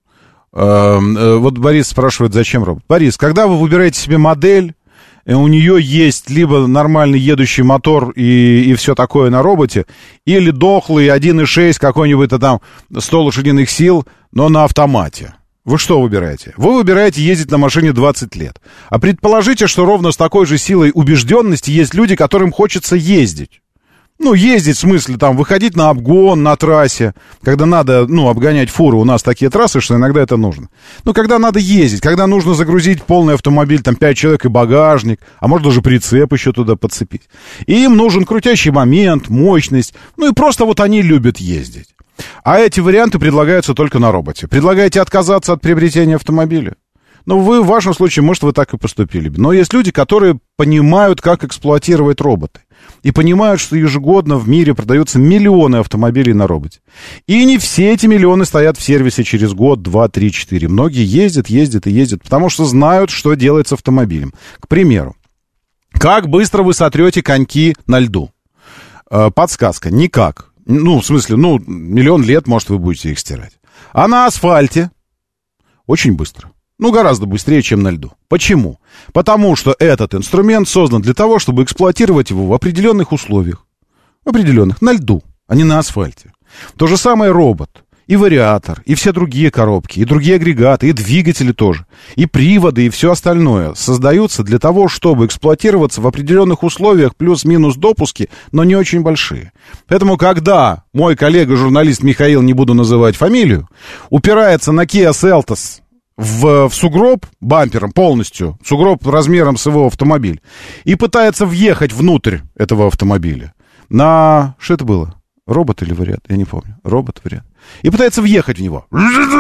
Вот Борис спрашивает, зачем робот? Борис, когда вы выбираете себе модель, у нее есть либо нормальный едущий мотор и, и все такое на роботе, или дохлый один и шесть, какой-нибудь там сто лошадиных сил, но на автомате. Вы что выбираете? Вы выбираете ездить на машине двадцать лет. А предположите, что ровно с такой же силой убежденности есть люди, которым хочется ездить. Ну, ездить, в смысле, там, выходить на обгон на трассе, когда надо, ну, обгонять фуры. У нас такие трассы, что иногда это нужно. Ну, когда надо ездить, когда нужно загрузить полный автомобиль, там, пять человек и багажник, а может даже прицеп еще туда подцепить. И им нужен крутящий момент, мощность. Ну, и просто вот они любят ездить. А эти варианты предлагаются только на роботе. Предлагаете отказаться от приобретения автомобиля? Ну, вы в вашем случае, может, вы так и поступили. Но есть люди, которые понимают, как эксплуатировать роботы. И понимают, что ежегодно в мире продаются миллионы автомобилей на роботе. И не все эти миллионы стоят в сервисе через год, два, три, четыре. Многие ездят, ездят и ездят, потому что знают, что делать с автомобилем. К примеру, как быстро вы сотрете коньки на льду? Э, подсказка. Никак. Ну, в смысле, ну, миллион лет, может, вы будете их стирать. А на асфальте? Очень быстро. Ну, гораздо быстрее, чем на льду. Почему? Потому что этот инструмент создан для того, чтобы эксплуатировать его в определенных условиях. В определенных. На льду, а не на асфальте. То же самое робот, и вариатор, и все другие коробки, и другие агрегаты, и двигатели тоже, и приводы, и все остальное создаются для того, чтобы эксплуатироваться в определенных условиях, плюс-минус допуски, но не очень большие. Поэтому, когда мой коллега-журналист Михаил, не буду называть фамилию, упирается на Kia Seltos, В, в сугроб бампером полностью, сугроб размером с его автомобиль, и пытается въехать внутрь этого автомобиля на... Что это было? Робот или вариант? Я не помню. Робот, вариант. И пытается въехать в него.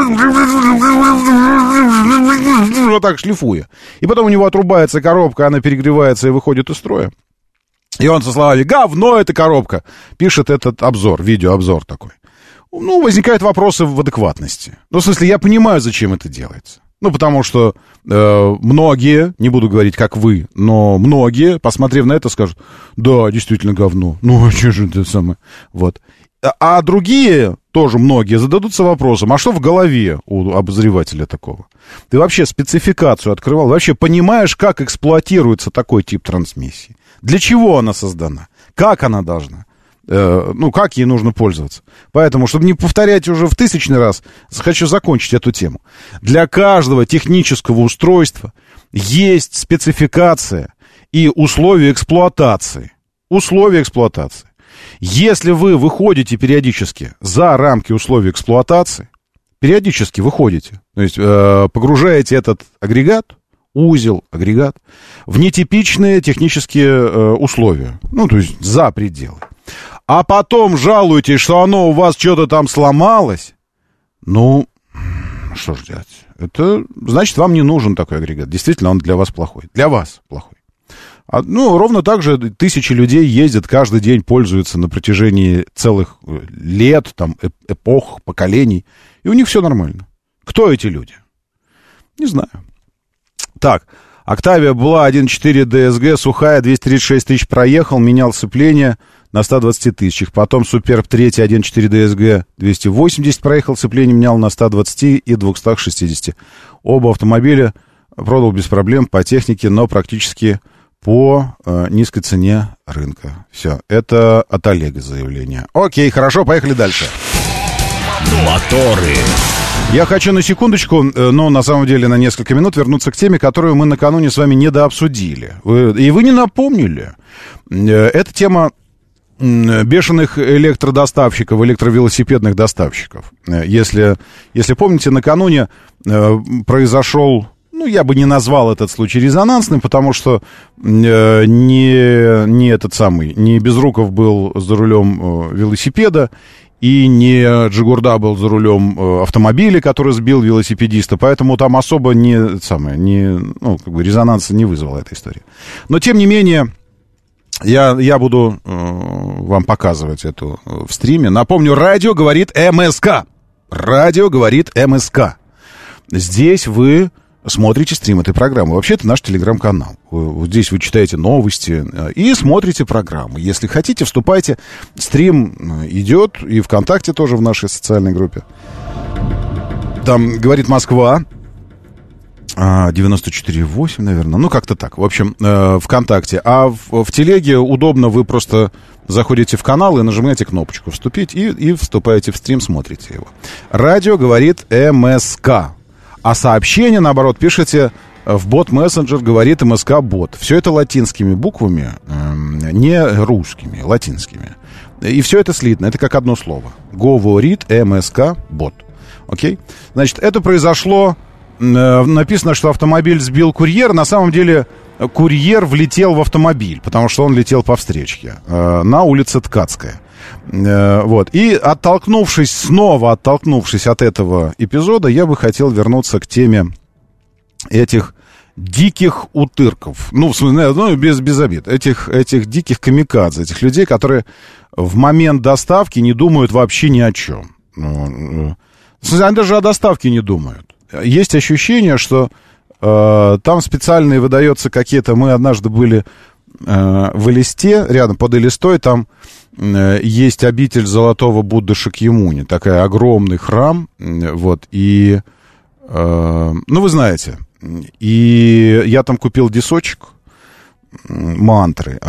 Вот так шлифуя. И потом у него отрубается коробка, она перегревается и выходит из строя. И он со словами «говно эта коробка» пишет этот обзор, видеообзор такой. Ну, возникают вопросы в адекватности. Ну, в смысле, я понимаю, зачем это делается. Ну, потому что э, многие, не буду говорить, как вы, но многие, посмотрев на это, скажут, да, действительно говно. Ну, а что же это самое? Вот. А, а другие, тоже многие, зададутся вопросом, а что в голове у обозревателя такого? Ты вообще спецификацию открывал? Вообще понимаешь, как эксплуатируется такой тип трансмиссии? Для чего она создана? Как она должна? Ну, как ей нужно пользоваться. Поэтому, чтобы не повторять уже в тысячный раз, хочу закончить эту тему. Для каждого технического устройства есть спецификация и условия эксплуатации. Условия эксплуатации. Если вы выходите периодически за рамки условий эксплуатации, периодически выходите, то есть э, погружаете этот агрегат, узел, агрегат, в нетипичные технические э, условия, ну, то есть за пределы. а потом жалуетесь, что оно у вас что-то там сломалось, ну, что ж делать? Это значит, вам не нужен такой агрегат. Действительно, он для вас плохой. Для вас плохой. А, ну, ровно так же тысячи людей ездят каждый день, пользуются на протяжении целых лет, там, эпох, поколений, и у них все нормально. Кто эти люди? Не знаю. Так, Октавия была один целых четыре ДСГ, сухая, двести тридцать шесть тысяч проехал, менял сцепление на ста двадцати тысячах. Потом Суперб три один целых четыре ДСГ, двести восемьдесят проехал, сцепление менял на ста двадцати и двухстах шестидесяти. Оба автомобиля продал без проблем по технике, но практически по э, низкой цене рынка. Все, это от Олега заявление. Окей, хорошо, поехали дальше. Моторы. Я хочу на секундочку, но на самом деле на несколько минут вернуться к теме, которую мы накануне с вами недообсудили. И вы не напомнили. Это тема бешеных электродоставщиков, электровелосипедных доставщиков. Если, если помните, накануне произошел... Ну, я бы не назвал этот случай резонансным, потому что э, не, не этот самый, не Безруков был за рулем э, велосипеда, и не Джигурда был за рулем э, автомобиля, который сбил велосипедиста, поэтому там особо не, самое, не, ну, как бы резонанса не вызвала эта история. Но, тем не менее, я, я буду э, вам показывать эту э, в стриме. Напомню, радио говорит МСК. Радио говорит МСК. Здесь вы... смотрите стрим этой программы. Вообще, это наш телеграм-канал. Вот здесь вы читаете новости и смотрите программы. Если хотите, вступайте. Стрим идет, и ВКонтакте тоже в нашей социальной группе. Там говорит Москва. девяносто четыре восемь, наверное. Ну, как-то так. В общем, ВКонтакте. А в, в телеге удобно, вы просто заходите в канал и нажимаете кнопочку «Вступить» и, и вступаете в стрим, смотрите его. Радио говорит МСК. А сообщение, наоборот, пишите в бот-мессенджер, говорит МСК-бот. Все это латинскими буквами, не русскими, латинскими. И все это слитно, это как одно слово. Говорит МСК-бот. Окей? Значит, это произошло, написано, что автомобиль сбил курьер. На самом деле, курьер влетел в автомобиль, потому что он летел по встречке на улице Ткацкая. Вот. И оттолкнувшись, снова оттолкнувшись от этого эпизода, я бы хотел вернуться к теме этих диких утырков. Ну, в смысле, ну, без, без обид. Этих, этих диких камикадзе, этих людей, которые в момент доставки не думают вообще ни о чем. Ну, в смысле, они даже о доставке не думают. Есть ощущение, что э, там специальные выдаются какие-то... Мы однажды были э, в Элисте, рядом под Элистой, там есть обитель Золотого Будды Шакьямуни, такой огромный храм, вот, и, э, ну, вы знаете, и я там купил дисочек, мантры,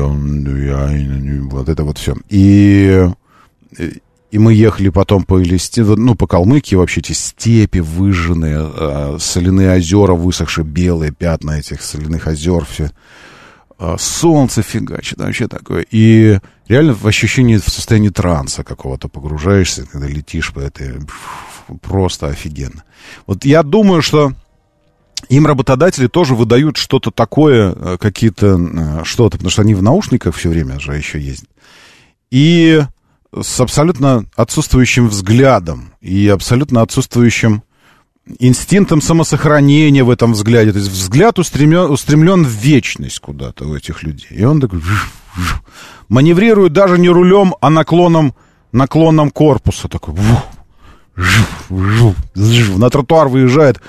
вот это вот все, и, и мы ехали потом по Элисте, ну, по Калмыкии, вообще эти степи выжженные, соляные озера высохшие, белые пятна этих соляных озер, все. Солнце фигачит, вообще такое. И реально в ощущении, в состоянии транса какого-то погружаешься, когда летишь по этой... Просто офигенно. Вот я думаю, что им работодатели тоже выдают что-то такое, какие-то... Что-то, потому что они в наушниках все время же еще ездят. И с абсолютно отсутствующим взглядом. И абсолютно отсутствующим... инстинктом самосохранения в этом взгляде. То есть взгляд устремлен, устремлен в вечность куда-то у этих людей. И он такой... маневрирует даже не рулем, а наклоном, наклоном корпуса. Такой... на тротуар выезжает.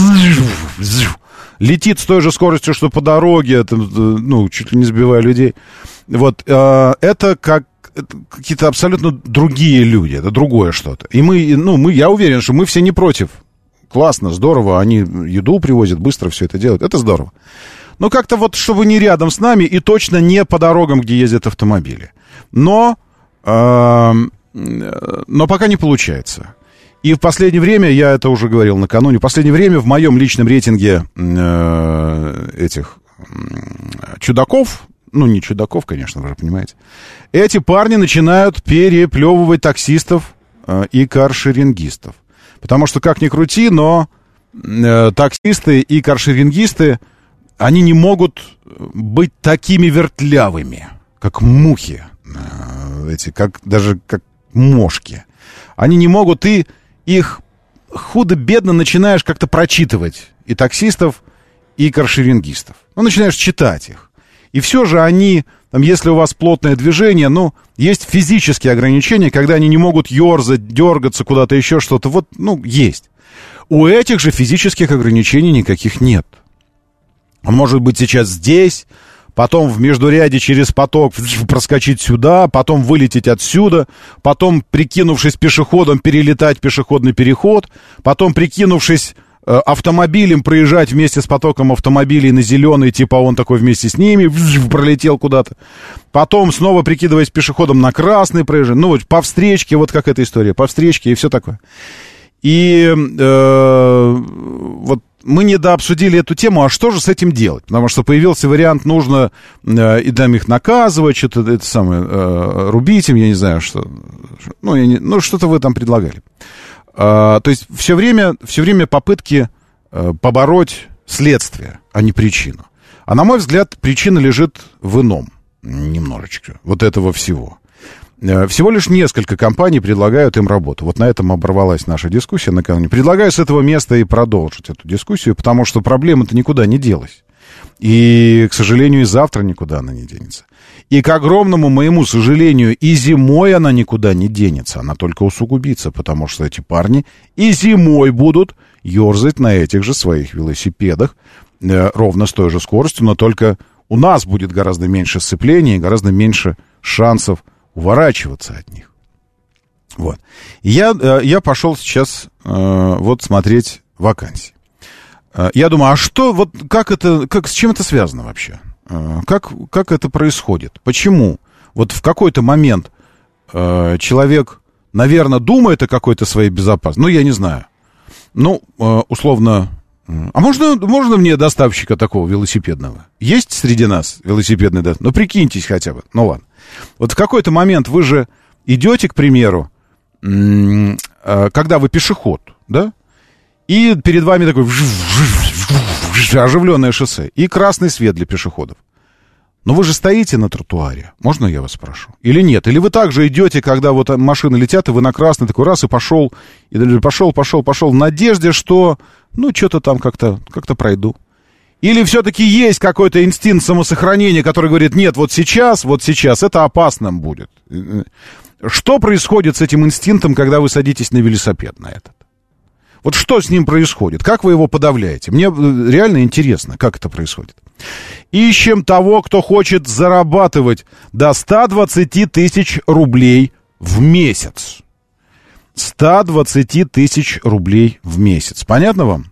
Летит с той же скоростью, что по дороге, ну, чуть ли не сбивая людей. Вот. Это как это какие-то абсолютно другие люди. Это другое что-то. И мы, ну, мы, я уверен, что мы все не против. Классно, здорово, они еду привозят, быстро все это делают, это здорово. Но как-то вот, чтобы не рядом с нами и точно не по дорогам, где ездят автомобили. Но, э, но пока не получается. И в последнее время, я это уже говорил накануне, в последнее время в моем личном рейтинге э, этих э, чудаков, ну не чудаков, конечно, вы же понимаете, эти парни начинают переплевывать таксистов э, и каршерингистов. Потому что, как ни крути, но э, таксисты и каршерингисты, они не могут быть такими вертлявыми, как мухи. Э, эти, как, даже как мошки. Они не могут, и их худо-бедно начинаешь как-то прочитывать. И таксистов, и каршерингистов. Ну, начинаешь читать их. И все же они, там, если у вас плотное движение, ну, есть физические ограничения, когда они не могут ерзать, дергаться куда-то, еще что-то. Вот, ну, есть. У этих же физических ограничений никаких нет. Он может быть сейчас здесь, потом в междуряде через поток проскочить сюда, потом вылететь отсюда, потом, прикинувшись пешеходом, перелетать пешеходный переход, потом, прикинувшись э, автомобилем, проезжать вместе с потоком автомобилей на зеленый, типа он такой вместе с ними, пролетел куда-то. Потом, снова прикидываясь пешеходом, на красный проезжать. Ну, вот по встречке, вот как эта история, по встречке и все такое. И э, вот мы недообсудили эту тему, а что же с этим делать? Потому что появился вариант, нужно э, и там их наказывать, что-то это самое, э, рубить им, я не знаю, что. Ну, я не, ну что-то вы там предлагали. Э, то есть все время, все время попытки э, побороть следствие, а не причину. А на мой взгляд, причина лежит в ином немножечко вот этого всего. Всего лишь несколько компаний предлагают им работу. Вот на этом оборвалась наша дискуссия накануне. Предлагаю с этого места и продолжить эту дискуссию, потому что проблема-то никуда не делась. И, к сожалению, и завтра никуда она не денется. И, к огромному моему сожалению, и зимой она никуда не денется. Она только усугубится, потому что эти парни и зимой будут ерзать на этих же своих велосипедах э, ровно с той же скоростью, но только у нас будет гораздо меньше сцеплений, гораздо меньше шансов уворачиваться от них. Вот. И я, я пошел сейчас э, вот смотреть вакансии. Э, я думаю, а что, вот как это, как, с чем это связано вообще? Э, как, как это происходит? Почему? Вот в какой-то момент э, человек, наверное, думает о какой-то своей безопасности. Ну, я не знаю. Ну, э, условно... А можно, можно мне доставщика такого велосипедного? Есть среди нас велосипедный доставщик? Ну, прикиньтесь хотя бы. Ну, ладно. Вот в какой-то момент вы же идете, к примеру, когда вы пешеход, да? И перед вами такой оживленное шоссе и красный свет для пешеходов. Но вы же стоите на тротуаре. Можно я вас спрошу? Или нет? Или вы также идете, когда вот машины летят, и вы на красный такой раз и пошел, и пошел, пошел, пошел в надежде, что, ну, что-то там как-то, как-то пройду. Или все-таки есть какой-то инстинкт самосохранения, который говорит, нет, вот сейчас, вот сейчас это опасным будет. Что происходит с этим инстинктом, когда вы садитесь на велосипед на этот? Вот что с ним происходит? Как вы его подавляете? Мне реально интересно, как это происходит. Ищем того, кто хочет зарабатывать до ста двадцати тысяч рублей в месяц. сто двадцать тысяч рублей в месяц. Понятно вам?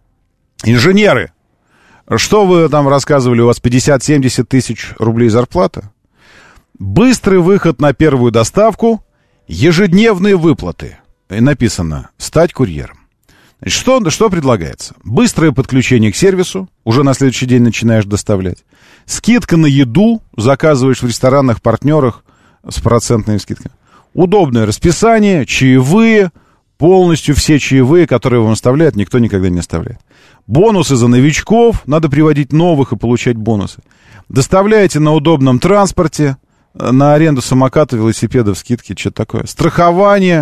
Инженеры, что вы там рассказывали, у вас пятьдесят-семьдесят тысяч рублей зарплата? Быстрый выход на первую доставку, ежедневные выплаты. И написано «стать курьером». Значит, что, что предлагается? Быстрое подключение к сервису, уже на следующий день начинаешь доставлять. Скидка на еду, заказываешь в ресторанах, партнерах с процентной скидкой. Удобное расписание, чаевые, полностью все чаевые, которые вам оставляют, никто никогда не оставляет. Бонусы за новичков, надо приводить новых и получать бонусы. Доставляете на удобном транспорте, на аренду самоката, велосипедов, скидки, что-то такое. Страхование,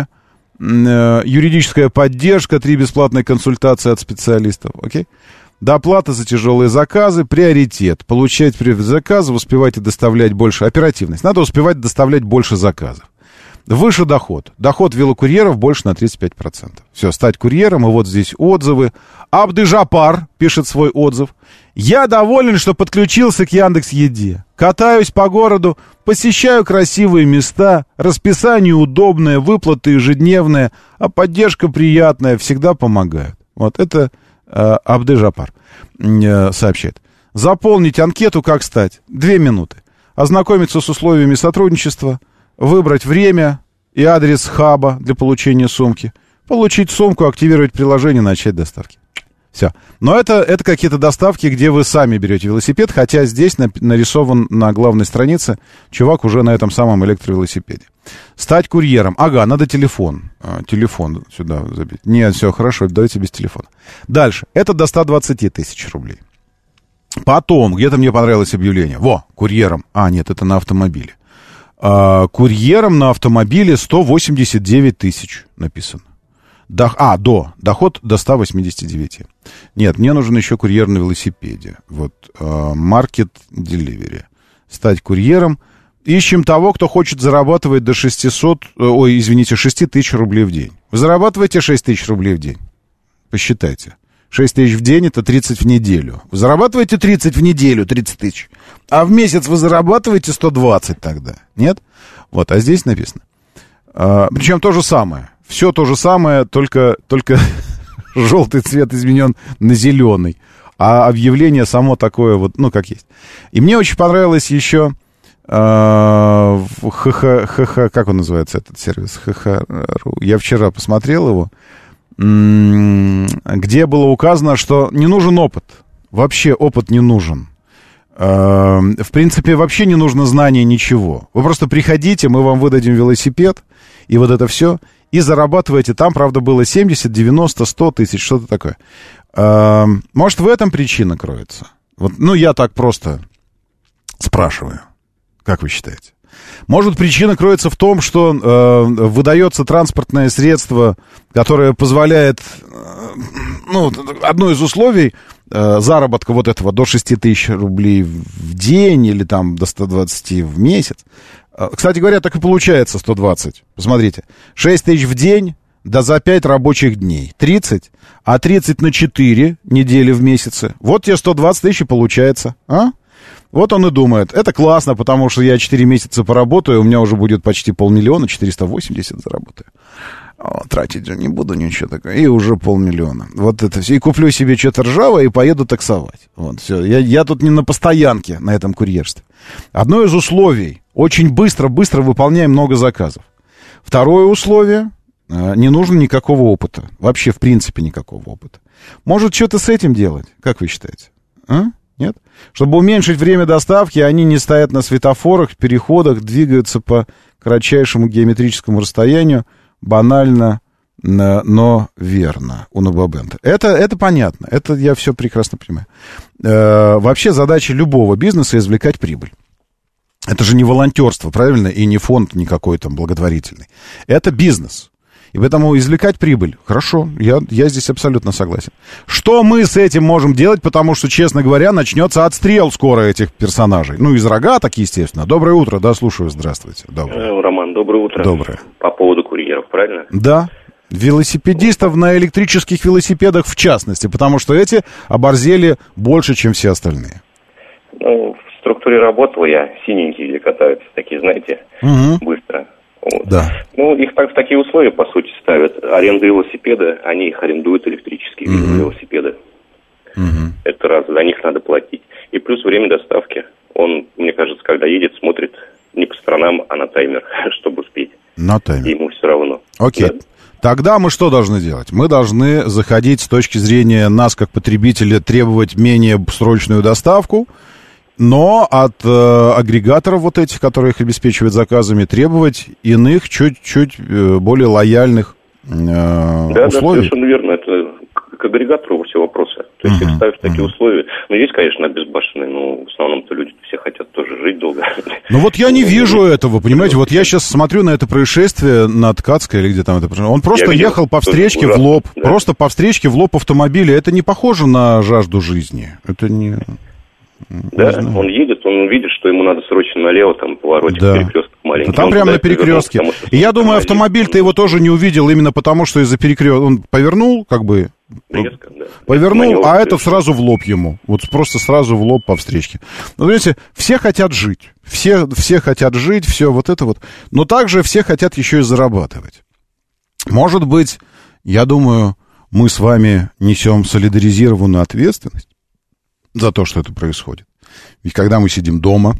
юридическая поддержка, три бесплатные консультации от специалистов, окей? Доплата за тяжелые заказы, приоритет. Получать при заказе, успевайте доставлять больше, оперативность. Надо успевать доставлять больше заказов. Выше доход. Доход велокурьеров больше на тридцать пять процентов. Все, стать курьером, и вот здесь отзывы. Абдыжапар пишет свой отзыв. Я доволен, что подключился к Яндекс.Еде. Катаюсь по городу, посещаю красивые места, расписание удобное, выплаты ежедневные, а поддержка приятная, всегда помогает. Вот это э, Абдыжапар э, сообщает. Заполнить анкету «Как стать?» Две минуты. Ознакомиться с условиями сотрудничества, выбрать время и адрес хаба для получения сумки, получить сумку, активировать приложение, начать доставки. Все. Но это, это какие-то доставки, где вы сами берете велосипед, хотя здесь нарисован на главной странице чувак уже на этом самом электровелосипеде. Стать курьером. Ага, надо телефон. А, телефон сюда забить. Нет, все, хорошо, давайте без телефона. Дальше. Это до ста двадцати тысяч рублей. Потом, где-то мне понравилось объявление. Во, курьером. А, нет, это на автомобиле. А, курьером на автомобиле сто восемьдесят девять тысяч написано. До, а, до. Доход до ста восьмидесяти девяти. Нет, мне нужен еще курьер на велосипеде. Вот. Market Delivery. Стать курьером. Ищем того, кто хочет зарабатывать до шестисот, ой, извините, шесть тысяч рублей в день. Вы зарабатываете шесть тысяч рублей в день? Посчитайте. шесть тысяч в день — это тридцать в неделю. Вы зарабатываете тридцать в неделю, тридцать тысяч. А в месяц вы зарабатываете сто двадцать тогда. Нет? Вот, а здесь написано. А, причем то же самое. Все то же самое, только, только желтый цвет изменен на зеленый. А объявление само такое вот, ну, как есть. И мне очень понравилось еще... ха ха ха как он называется, этот сервис? ха ха точка ру. Я вчера посмотрел его, где было указано, что не нужен опыт. Вообще опыт не нужен. В принципе, вообще не нужно знание ничего. Вы просто приходите, мы вам выдадим велосипед, и вот это все, и зарабатываете. Там, правда, было семьдесят, девяносто, сто тысяч, что-то такое. Может, в этом причина кроется? Вот, ну, я так просто спрашиваю. Как вы считаете? Может, причина кроется в том, что э, выдается транспортное средство, которое позволяет, э, ну, одно из условий э, заработка вот этого до шести тысяч рублей в день или там до ста двадцати в месяц. Э, кстати говоря, так и получается сто двадцать. Посмотрите, шесть тысяч в день, да за пять рабочих дней. тридцать, а тридцать на четыре недели в месяце. Вот тебе сто двадцать тысяч и получается, а? Вот он и думает, это классно, потому что я четыре месяца поработаю, у меня уже будет почти полмиллиона, четыреста восемьдесят заработаю. О, тратить же не буду ничего такого. И уже полмиллиона. Вот это все. И куплю себе что-то ржавое и поеду таксовать. Вот, все. Я, я тут не на постоянке на этом курьерстве. Одно из условий. Очень быстро-быстро выполняем много заказов. Второе условие. Не нужно никакого опыта. Вообще, в принципе, никакого опыта. Может, что-то с этим делать? Как вы считаете? А? Нет? Чтобы уменьшить время доставки, они не стоят на светофорах, переходах, двигаются по кратчайшему геометрическому расстоянию. Банально, но верно у Нобабента. Это, это понятно, это я все прекрасно понимаю. Э, вообще задача любого бизнеса — извлекать прибыль. Это же не волонтерство, правильно? И не фонд никакой там благотворительный. Это бизнес. И поэтому извлекать прибыль. Хорошо, я, я здесь абсолютно согласен. Что мы с этим можем делать? Потому что, честно говоря, начнется отстрел скоро этих персонажей. Ну, из рогаток, естественно. Доброе утро, да, слушаю, здравствуйте. Доброе. Роман, доброе утро. Доброе. По поводу курьеров, правильно? Да. Велосипедистов на электрических велосипедах в частности, потому что эти оборзели больше, чем все остальные. Ну, в структуре работал я, синенькие где катаются, такие, знаете, угу. быстро. Вот. Да. Ну, их так в такие условия, по сути, ставят. Аренда велосипеда, они их арендуют, электрические mm-hmm. велосипеды. Mm-hmm. Это раз, за них надо платить. И плюс время доставки. Он, мне кажется, когда едет, смотрит не по сторонам, а на таймер, чтобы успеть. На таймер. И ему все равно. Окей. Да? Тогда мы что должны делать? Мы должны заходить с точки зрения нас, как потребителя, требовать менее срочную доставку, но от э, агрегаторов вот этих, которые их обеспечивают заказами, требовать иных, чуть-чуть э, более лояльных э, да, условий. Да, совершенно верно. Это к агрегатору все вопросы. То есть, uh-huh, если ставишь uh-huh. такие условия... Ну, есть, конечно, безбашенные, но в основном-то люди все хотят тоже жить долго. Ну, вот я не вижу этого, понимаете? Вот я сейчас смотрю на это происшествие на Ткацкой или где там это... Он просто видел, ехал по встречке в лоб. Да. Просто по встречке в лоб автомобиля. Это не похоже на жажду жизни. Это не... Да, он едет, он видит, что ему надо срочно налево, там, поворотик, да. перекресток маленький. Там прямо на перекрестке. И я думаю, автомобиль-то его тоже не увидел, именно потому, что из-за перекрестка он повернул, как бы, резко, да. повернул, Маневр, а этот сразу в лоб ему. Вот просто сразу в лоб по встречке. Ну, понимаете, все хотят жить. Все, все хотят жить, все вот это вот. Но также все хотят еще и зарабатывать. Может быть, я думаю, мы с вами несем солидаризированную ответственность за то, что это происходит. Ведь когда мы сидим дома,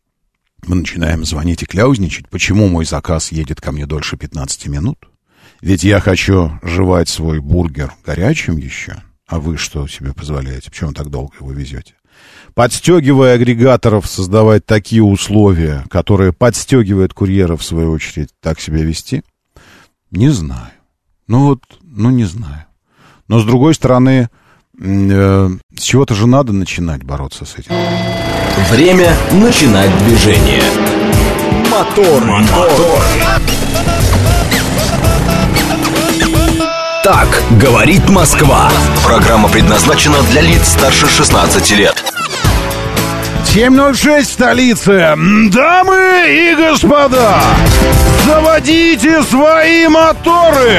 мы начинаем звонить и кляузничать, почему мой заказ едет ко мне дольше пятнадцати минут. Ведь я хочу жевать свой бургер горячим еще, а вы что себе позволяете? Почему так долго его везете? Подстегивая агрегаторов создавать такие условия, которые подстегивают курьеров, в свою очередь, так себя вести? Не знаю. Ну вот, ну не знаю. Но с другой стороны, с чего-то же надо начинать бороться с этим. Время начинать движение. Мотор. Мотор. Так говорит Москва. Программа предназначена для лиц старше шестнадцати лет. семь ноль шесть в столице. Дамы и господа, заводите свои моторы.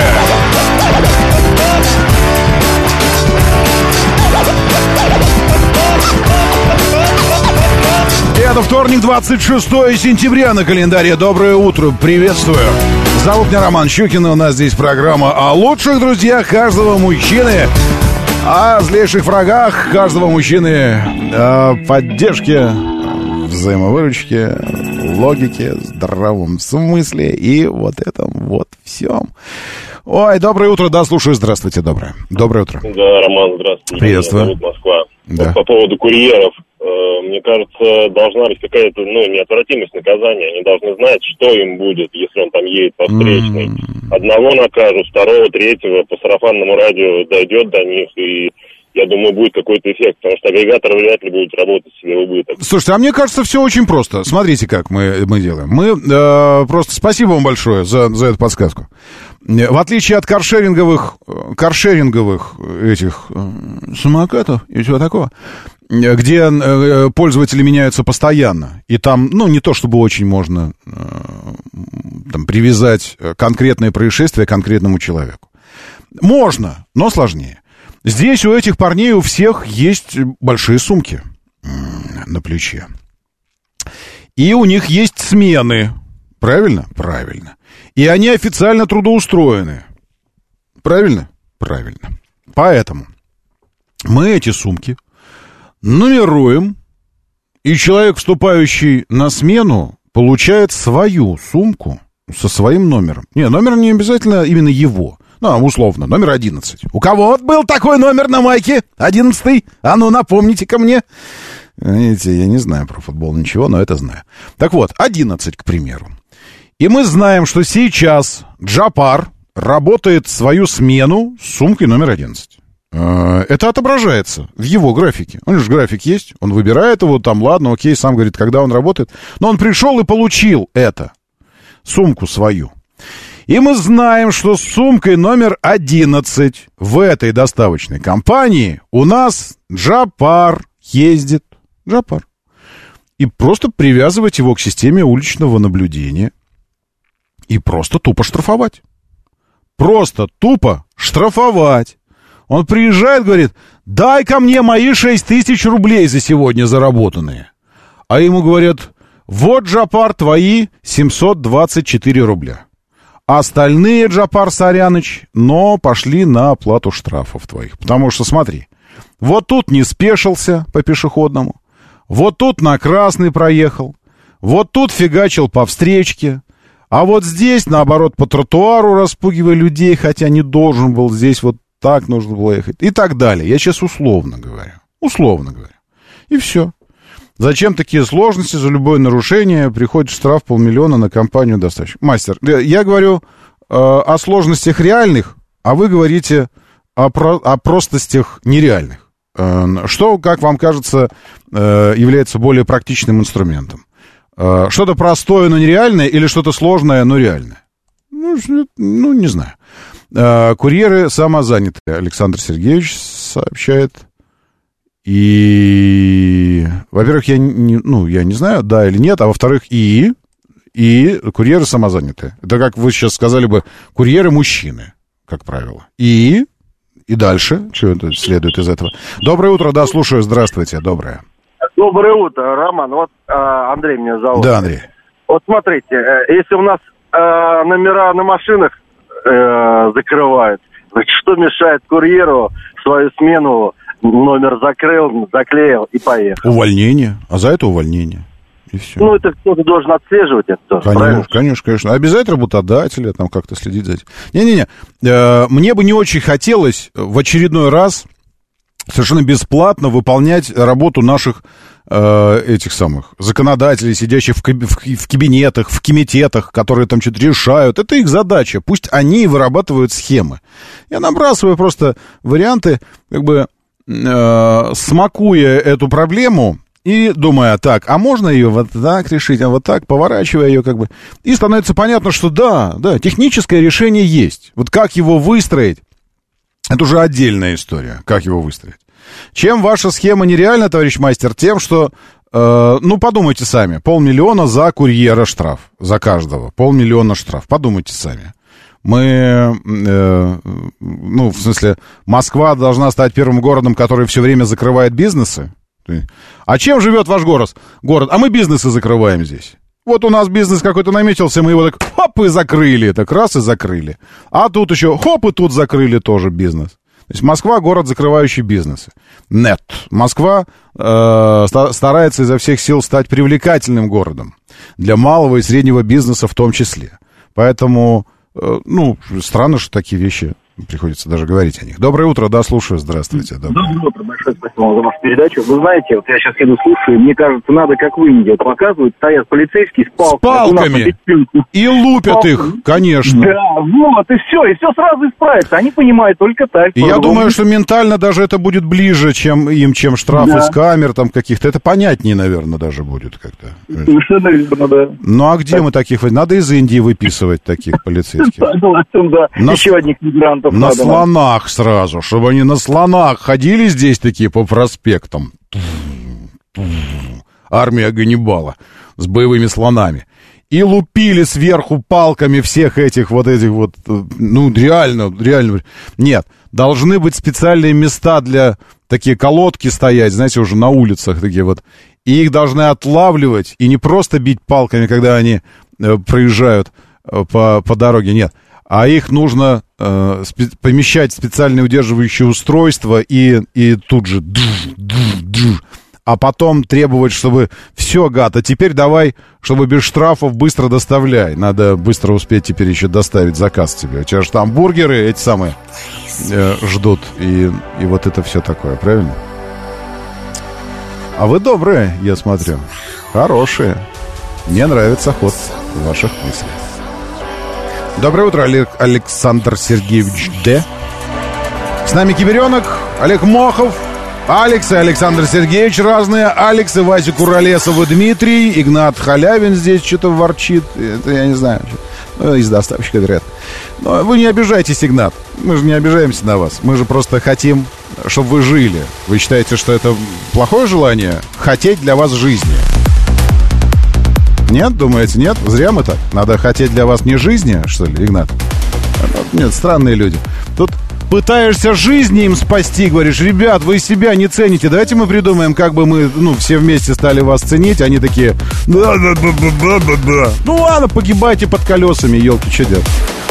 Это вторник, двадцать шестое сентября на календаре. Доброе утро, приветствую. Зовут меня Роман Щукин, у нас здесь программа о лучших друзьях каждого мужчины, о злейших врагах каждого мужчины, о поддержке, взаимовыручке, логике, здравом смысле и вот этом вот всем. Ой, доброе утро, да, слушаю, здравствуйте, доброе. Доброе утро. Да, Роман, здравствуйте. Приветствую. Меня зовут Москва. Да. Вот по поводу курьеров. Мне кажется, должна быть какая-то, ну, неотвратимость наказания. Они должны знать, что им будет, если он там едет по встречной. Mm-hmm. Одного накажут, второго, третьего, по сарафанному радио дойдет до них, и я думаю, будет какой-то эффект, потому что агрегатор вряд ли будет работать себе в убыток. Слушайте, а мне кажется, все очень просто. Смотрите, как мы, мы делаем. Мы э, просто спасибо вам большое за, за эту подсказку. В отличие от каршеринговых, каршеринговых этих э, самокатов и всего такого, где э, пользователи меняются постоянно, и там, ну, не то чтобы очень можно э, там, привязать конкретное происшествие к конкретному человеку. Можно, но сложнее. Здесь у этих парней у всех есть большие сумки на плече. И у них есть смены. Правильно? Правильно. И они официально трудоустроены. Правильно? Правильно. Поэтому мы эти сумки нумеруем, и человек, вступающий на смену, получает свою сумку со своим номером. Не, номер не обязательно именно его. Ну, условно, номер одиннадцать. У кого вот был такой номер на майке? Одиннадцатый? А ну, напомните-ка мне. Видите, я не знаю про футбол ничего, но это знаю. Так вот, одиннадцать, к примеру. И мы знаем, что сейчас Джапар работает свою смену с сумкой номер одиннадцать. Это отображается в его графике. У него же график есть, он выбирает его, там, ладно, окей, сам говорит, когда он работает. Но он пришел и получил это, сумку свою. И мы знаем, что с сумкой номер одиннадцать в этой доставочной компании у нас Джапар ездит. Джапар. И просто привязывать его к системе уличного наблюдения и просто тупо штрафовать. Просто тупо штрафовать. Он приезжает, говорит, дай ко мне мои шесть тысяч рублей за сегодня заработанные. А ему говорят, вот, Джапар, твои семьсот двадцать четыре рубля. Остальные, Джапар Саряныч, но пошли на оплату штрафов твоих. Потому что, смотри, вот тут не спешился по пешеходному, вот тут на красный проехал, вот тут фигачил по встречке, а вот здесь, наоборот, по тротуару распугивая людей, хотя не должен был, здесь вот так нужно было ехать. И так далее. Я сейчас условно говорю. Условно говорю. И все. Зачем такие сложности? За любое нарушение приходит штраф полмиллиона на компанию доставщик. Мастер, я говорю э, о сложностях реальных, а вы говорите о, про, о простостях нереальных. Э, что, как вам кажется, э, является более практичным инструментом? Э, что-то простое, но нереальное, или что-то сложное, но реальное? Ну, ну не знаю. Э, курьеры самозанятые, Александр Сергеевич сообщает. И, во-первых, я не, ну, я не знаю, да или нет, а во-вторых, и, и курьеры самозанятые. Это, как вы сейчас сказали бы, курьеры-мужчины, как правило. И, и дальше, что это следует из этого? Доброе утро, да, слушаю, здравствуйте, доброе. Доброе утро, Роман, вот а, Андрей меня зовут. Да, Андрей. Вот смотрите, если у нас а, номера на машинах а, закрывают, что мешает курьеру свою смену номер закрыл, заклеил и поехал? Увольнение. А за это увольнение. И все. Ну, это кто-то должен отслеживать это тоже, конечно, правильно? Конечно, конечно. Обязать работодателя, там как-то следить за этим. Не-не-не. Э, мне бы не очень хотелось в очередной раз совершенно бесплатно выполнять работу наших э, этих самых законодателей, сидящих в, каб- в кабинетах, в комитетах, которые там что-то решают. Это их задача. Пусть они вырабатывают схемы. Я набрасываю просто варианты, как бы, смакуя эту проблему И думая, так, а можно ее вот так решить, а вот так, поворачивая ее как бы. И становится понятно, что да, да, техническое решение есть. Вот как его выстроить, это уже отдельная история, как его выстроить. Чем ваша схема нереальна, товарищ мастер, тем, что, э, ну, подумайте сами, полмиллиона за курьера штраф, за каждого, полмиллиона штраф, подумайте сами. Мы, э, ну, в смысле, Москва должна стать первым городом, который все время закрывает бизнесы. А чем живет ваш город? Город? А мы бизнесы закрываем здесь. Вот у нас бизнес какой-то наметился, мы его так хоп и закрыли, так раз и закрыли. А тут еще хоп и тут закрыли тоже бизнес. То есть Москва — город, закрывающий бизнесы. Нет. Москва э, старается изо всех сил стать привлекательным городом. Для малого и среднего бизнеса в том числе. Поэтому, э, ну, странно, что такие вещи... Приходится даже говорить о них. Доброе утро, да, слушаю, здравствуйте. Доброе, Доброе утро, большое спасибо вам за вашу передачу. Вы знаете, вот я сейчас еду, слушаю, мне кажется, надо, как в Индии, вот показывают, стоят полицейские с палками. С палками! И лупят Палки. их, конечно. Да, вот, и все, и все сразу исправится. Они понимают только так. И я думаю, что ментально даже это будет ближе, чем им, чем штрафы да. с камер там каких-то. Это понятнее, наверное, даже будет как-то. Совершенно верно, да. Ну, а где так. мы таких... Надо из Индии выписывать таких полицейских. Согласен, да. Еще одних мигрантов. На надо, слонах надо. Сразу, чтобы они на слонах ходили здесь такие по проспектам. Армия Ганнибала с боевыми слонами. И лупили сверху палками всех этих вот этих вот, ну, реально, реально. Нет, должны быть специальные места для такие колодки стоять, знаете, уже на улицах такие вот. И их должны отлавливать, и не просто бить палками, когда они э, проезжают э, по, по дороге, нет. А их нужно э, спе- помещать в специальные удерживающие устройства и, и тут же... А потом требовать, чтобы... Все, гад, а теперь давай, чтобы без штрафов быстро доставляй. Надо быстро успеть теперь еще доставить заказ тебе. У тебя же там бургеры эти самые э, ждут. И, и вот это все такое, правильно? А вы добрые, я смотрю. Хорошие. Мне нравится ход ваших мыслей. Доброе утро, Олег, Александр Сергеевич Д. С нами Киберенок, Олег Мохов, Алекс и Александр Сергеевич разные. Алекс и Вася Куролесов и Дмитрий. Игнат Халявин здесь что-то ворчит. Это я не знаю. Ну, из доставщика, вероятно. Но вы не обижайтесь, Игнат. Мы же не обижаемся на вас. Мы же просто хотим, чтобы вы жили. Вы считаете, что это плохое желание? Хотеть для вас жизни? Нет, думаете, нет? Зря мы так. Надо хотеть для вас не жизни, что ли, Игнат? Нет, странные люди. Тут пытаешься жизни им спасти, говоришь, ребят, вы себя не цените, давайте мы придумаем, как бы мы, ну, все вместе стали вас ценить. Они такие, да-да-да-да-да-да. Ну ладно, погибайте под колесами, елки, что делать?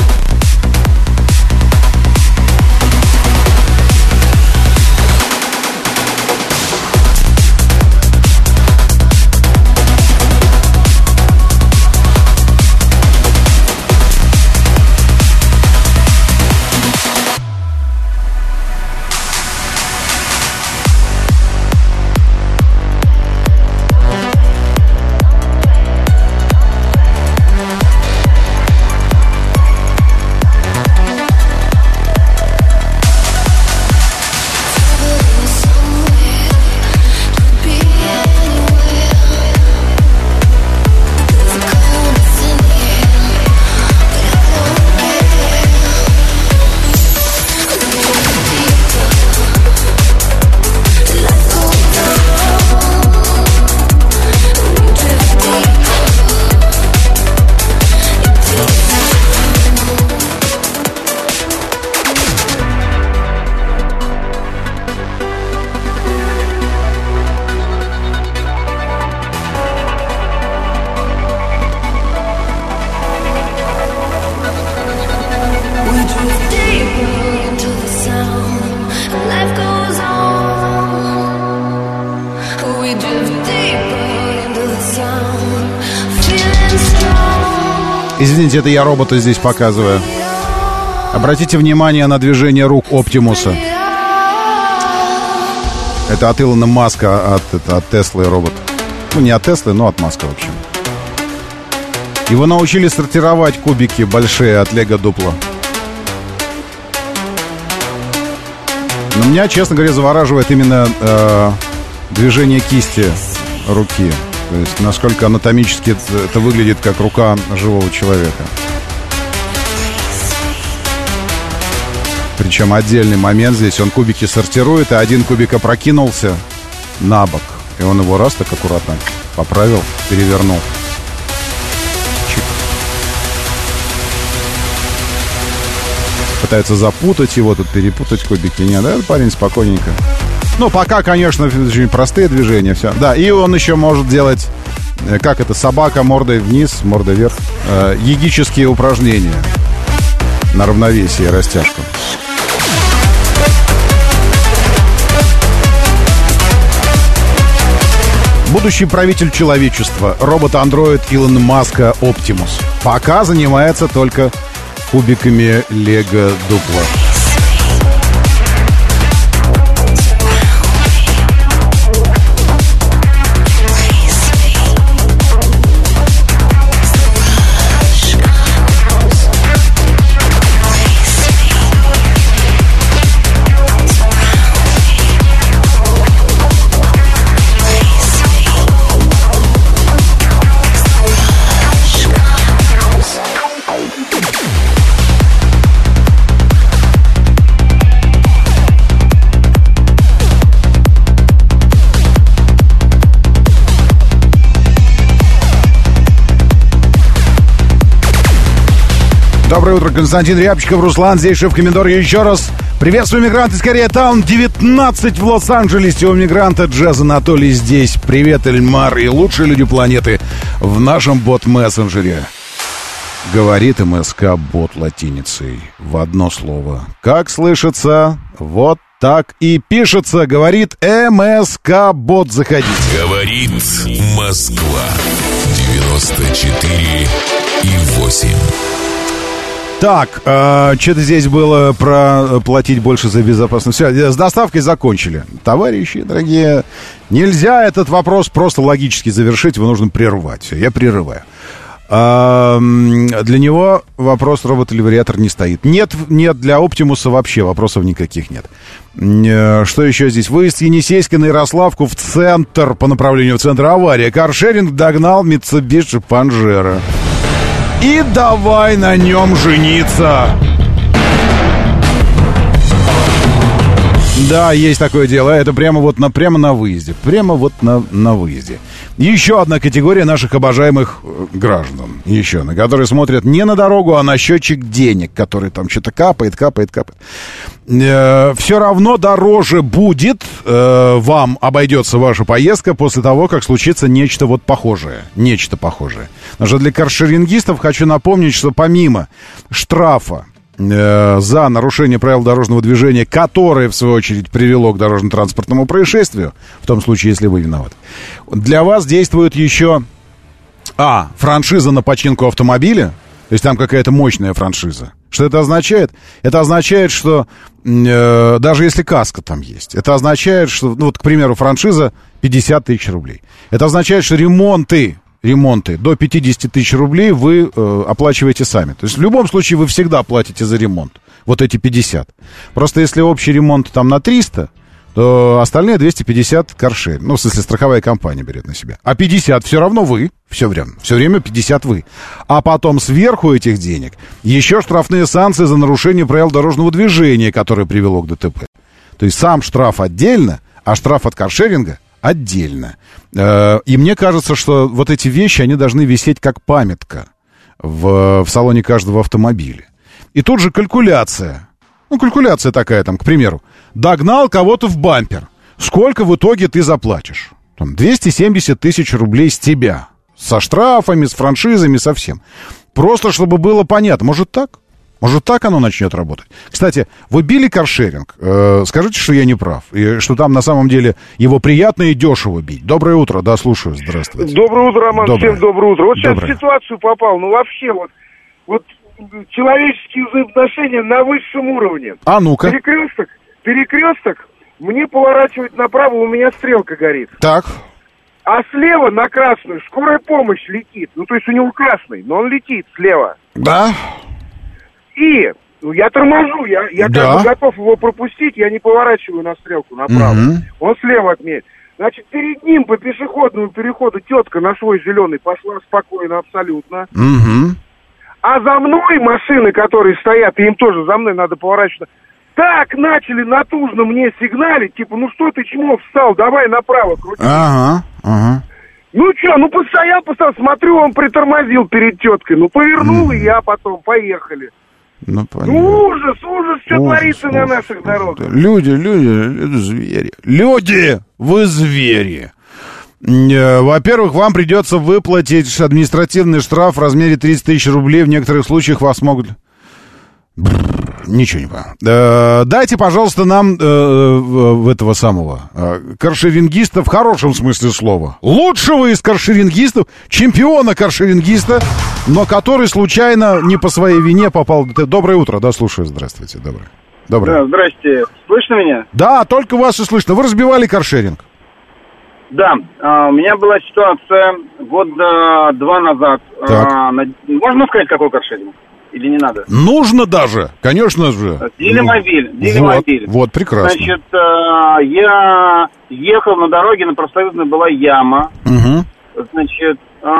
Извините, это я робота здесь показываю. Обратите внимание на движение рук Оптимуса. Это от Илона Маска, от, это, от Теслы робот. Ну, не от Теслы, но от Маска, в общем. Его научили сортировать кубики большие от Лего Дупло. Но меня, честно говоря, завораживает именно э, движение кисти руки. То есть насколько анатомически это выглядит как рука живого человека. Причем отдельный момент здесь. Он кубики сортирует, и один кубик опрокинулся на бок. И он его раз так аккуратно поправил, перевернул. Чик. Пытается запутать его, тут перепутать кубики. Нет, да, парень спокойненько. Ну, пока, конечно, очень простые движения. Все. Да, и он еще может делать, как это, собака мордой вниз, мордой вверх. Э, йогические упражнения на равновесие и растяжку. Будущий правитель человечества, робот-андроид Илона Маска Оптимус, пока занимается только кубиками Лего Дупла. Доброе утро, Константин Рябчиков, Руслан, здесь шеф-комендор. Еще раз приветствую мигранты из Кореятаун девятнадцать в Лос-Анджелесе. У мигранта Джаз Анатолий здесь. Привет, Эльмар и лучшие люди планеты в нашем бот-мессенджере. Говорит МСК-бот латиницей в одно слово. Как слышится, вот так и пишется. Говорит МСК-бот. Заходите. Говорит Москва. девяносто четыре и восемь. Так, э, что-то здесь было про платить больше за безопасность. Все, с доставкой закончили. Товарищи дорогие, нельзя этот вопрос просто логически завершить, его нужно прервать. Все, я прерываю. Э, для него вопрос робот-элевариатор не стоит. Нет, нет, для Оптимуса вообще вопросов никаких нет. Э, что еще здесь? Выезд с Енисейска на Ярославку в центр, по направлению в центр авария. Каршеринг догнал Mitsubishi Pajero. И давай на нем жениться. Да, есть такое дело. Это прямо вот на, прямо на выезде. Прямо вот на, на выезде. Еще одна категория наших обожаемых граждан. Еще, на которые смотрят не на дорогу, а на счетчик денег, который там что-то капает, капает, капает. Э, все равно дороже будет, э, вам обойдется ваша поездка после того, как случится нечто вот похожее. Нечто похожее. Потому что для каршерингистов хочу напомнить, что помимо штрафа за нарушение правил дорожного движения, которое, в свою очередь, привело к дорожно-транспортному происшествию, в том случае, если вы виноваты, для вас действует еще а. франшиза на починку автомобиля, то есть там какая-то мощная франшиза. Что это означает? Это означает, что э, даже если каска там есть, это означает, что, ну вот, к примеру, франшиза пятьдесят тысяч рублей. Это означает, что ремонты ремонты до пятьдесят тысяч рублей вы э, оплачиваете сами. То есть в любом случае вы всегда платите за ремонт. Вот эти пятьдесят. Просто если общий ремонт там на триста, то остальные двести пятьдесят каршер. Ну, в смысле, страховая компания берет на себя. А пятьдесят все равно вы. Все время. Все время пятьдесят вы. А потом сверху этих денег еще штрафные санкции за нарушение правил дорожного движения, которое привело к ДТП. То есть сам штраф отдельно, а штраф от каршеринга отдельно. И мне кажется, что вот эти вещи, они должны висеть как памятка в, в салоне каждого автомобиля. И тут же калькуляция. Ну, калькуляция такая там, к примеру. Догнал кого-то в бампер. Сколько в итоге ты заплатишь? Там двести семьдесят тысяч рублей с тебя. Со штрафами, с франшизами, со всем. Просто чтобы было понятно. Может так? Может, так оно начнет работать? Кстати, вы били каршеринг? Э, скажите, что я не прав. И что там на самом деле его приятно и дешево бить. Доброе утро. Да, слушаю. Здравствуйте. Доброе утро, Роман. Доброе. Всем доброе утро. Вот сейчас Доброе. в ситуацию попал. Ну, вообще, вот, вот человеческие взаимоотношения на высшем уровне. А ну-ка. Перекресток, перекресток. Мне поворачивать направо, у меня стрелка горит. Так. А слева на красную скорая помощь летит. Ну, то есть у него красный, но он летит слева. Да. И ну, я торможу, я, я да. как бы готов его пропустить, я не поворачиваю на стрелку направо. Угу. Он слева от меня. Значит, перед ним по пешеходному переходу тетка на свой зеленый пошла спокойно, абсолютно. Угу. А за мной машины, которые стоят, и им тоже за мной надо поворачиваться, так начали натужно мне сигналить, типа, ну что ты, чмо, встал, давай направо крути. Ага, ага. Ну что, ну постоял, постоял, смотрю, он притормозил перед теткой, ну повернул, mm. и я потом, поехали. Ну, ну ужас, ужас, что ужас, творится ужас, на наших дорогах. Люди, люди, люди, звери. Люди, вы звери. Во-первых, вам придется выплатить административный штраф в размере тридцать тысяч рублей. В некоторых случаях вас могут... Бррр, ничего не понял. Дайте, пожалуйста, нам э, этого самого э, каршерингиста в хорошем смысле слова. Лучшего из каршерингистов, чемпиона каршерингиста, но который случайно не по своей вине попал... Доброе утро, да, слушаю, здравствуйте, доброе. Доброе. Да, здрасте, слышно меня? Да, только вас и слышно. Вы разбивали каршеринг? Да, а, у меня была ситуация года два назад. А, на... Можно сказать, какой каршеринг? Или не надо? Нужно даже, конечно же. Дилимобиль, Дилимобиль. Вот, вот, прекрасно. Значит, я ехал на дороге, на профсоюзной была яма. Угу. Значит,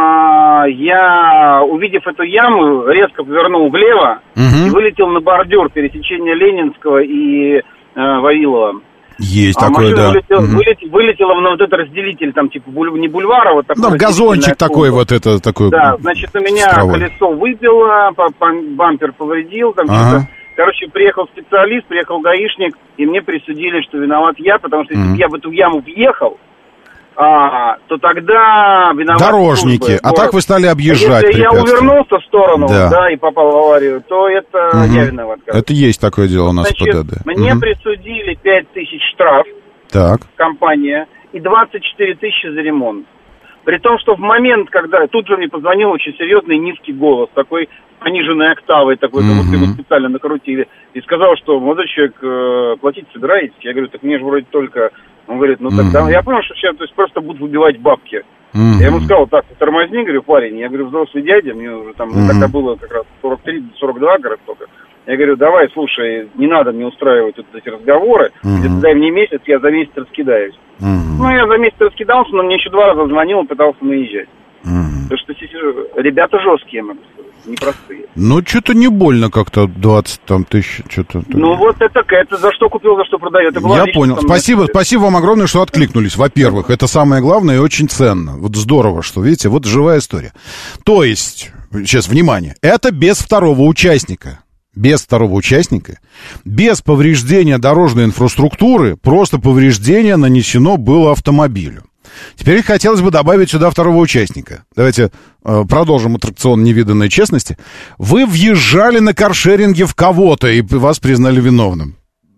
я, увидев эту яму, резко повернул влево угу. и вылетел на бордюр пересечения Ленинского и Вавилова. Есть а такое, да. Вылетел, угу. вылетел, вылетела на вот этот разделитель, там, типа, буль, не бульвара, вот такой. Ну, газончик такой вот это, такой. Да, значит, у меня колесо выбило, бампер повредил, там ага. что-то. Короче, приехал специалист, приехал гаишник, и мне присудили, что виноват я, потому что если бы mm. я в эту яму въехал, а, то тогда виноват дорожники, службы. А так вы стали объезжать. Если я увернулся в сторону, да. да, и попал в аварию, то это угу. я виноват. Короче. Это есть такое дело у нас в ПДД. Мне угу. присудили пять тысяч штраф, так. компания, и двадцать четыре тысячи за ремонт. При том, что в момент, когда... Тут же мне позвонил очень серьезный низкий голос, такой пониженной октавой, такой, как будто его специально накрутили, и сказал, что, молодой человек, э, платить собираетесь? Я говорю, так мне же вроде только... Он говорит, ну тогда... Mm-hmm. Я понял, что сейчас то есть, просто будут выбивать бабки. Mm-hmm. Я ему сказал, так, тормозни, говорю, парень. Я говорю, взрослый дядя, мне уже там, mm-hmm. тогда было как раз сорок три сорок два, говорят, только. Я говорю, давай, слушай, не надо мне устраивать вот эти разговоры. Mm-hmm. Дай мне месяц, я за месяц раскидаюсь. Mm-hmm. Ну, я за месяц раскидался, но мне еще два раза звонил и пытался наезжать. Mm-hmm. Потому что ребята жесткие, могу сказать, непростые. Ну, что-то не больно как-то двадцать там, тысяч, что-то... Ну, вот это, это за что купил, за что продает. Это я понял. Спасибо, спасибо вам огромное, что откликнулись. Во-первых, это самое главное и очень ценно. Вот здорово, что, видите, вот живая история. То есть, сейчас, внимание, это без второго участника. Без второго участника, без повреждения дорожной инфраструктуры, просто повреждение нанесено было автомобилю. Теперь хотелось бы добавить сюда второго участника. Давайте э, продолжим аттракцион невиданной честности. Вы въезжали на каршеринге в кого-то, и вас признали виновным.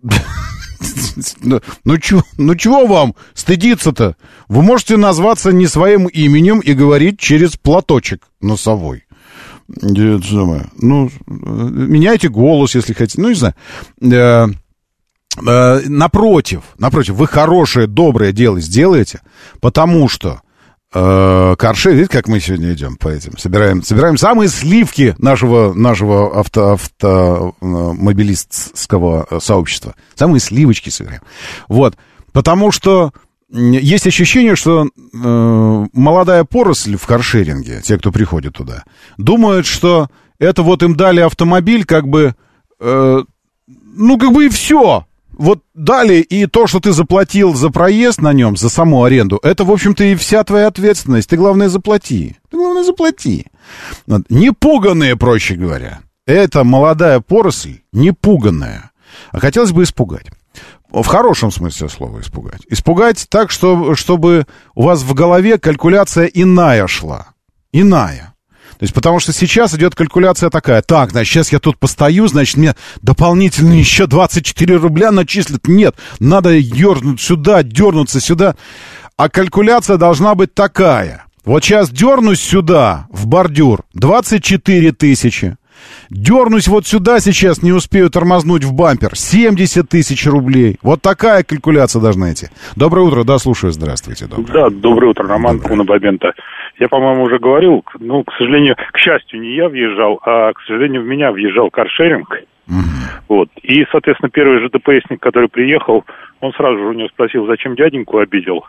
Ну чего, ну чего вам стыдиться-то? Вы можете назваться не своим именем и говорить через платочек носовой. Ну, меняйте голос, если хотите. Ну, не знаю. Напротив, напротив, вы хорошее, доброе дело сделаете, потому что э, каршеринг, видите, как мы сегодня идем по этим, собираем, собираем самые сливки нашего, нашего авто, автомобилистского сообщества. Самые сливочки собираем. Вот, потому что есть ощущение, что э, молодая поросль в каршеринге, те, кто приходит туда, думают, что это вот им дали автомобиль, как бы, э, ну, как бы и все. Вот дали, и то, что ты заплатил за проезд на нем, за саму аренду, это, в общем-то, и вся твоя ответственность. Ты, главное, заплати. Ты, главное, заплати. Непуганные, проще говоря. Это молодая поросль, непуганная. А хотелось бы испугать. В хорошем смысле слова испугать. Испугать так, что, чтобы у вас в голове калькуляция иная шла. Иная. То есть, потому что сейчас идет калькуляция такая. Так, значит, сейчас я тут постою, значит, мне дополнительно еще двадцать четыре рубля начислят. Нет, надо дернуть сюда, дернуться сюда. А калькуляция должна быть такая. Вот сейчас дернусь сюда, в бордюр, двадцать четыре тысячи. Дернусь вот сюда сейчас, не успею тормознуть в бампер, семьдесят тысяч рублей. Вот такая калькуляция должна идти. Доброе утро, да, слушаю, здравствуйте. Доброе. Да, доброе утро, Роман Кунабабента. Я, по-моему, уже говорил, ну, к сожалению, к счастью, не я въезжал, а, к сожалению, в меня въезжал каршеринг. Mm-hmm. Вот. И, соответственно, первый же ДПСник, который приехал, он сразу же у него спросил, зачем дяденьку обидел.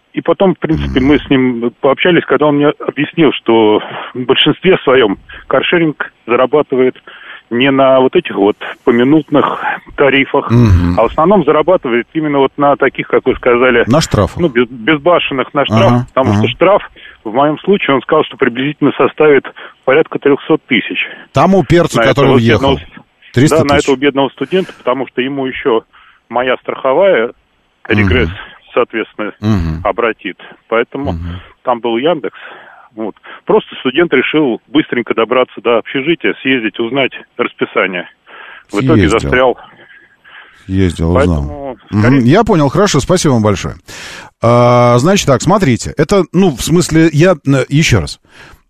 И потом, в принципе, мы с ним пообщались, когда он мне объяснил, что в большинстве своем каршеринг зарабатывает не на вот этих вот поминутных тарифах, mm-hmm. а в основном зарабатывает именно вот на таких, как вы сказали... На штрафах. Ну, без, безбашенных на штраф, ага, потому ага. что штраф, в моем случае, он сказал, что приблизительно составит порядка триста тысяч. Тому перцу, который уехал. Да, на этого бедного студента, потому что ему еще моя страховая регресс, mm-hmm. соответственно, mm-hmm. обратит. Поэтому mm-hmm. там был Яндекс. Вот. Просто студент решил быстренько добраться до общежития, съездить, узнать расписание. В итоге Съездил. застрял. Ездил, Поэтому, узнал. Скорее... Я понял, хорошо, спасибо вам большое. А, значит так, смотрите, это, ну, в смысле, я, еще раз,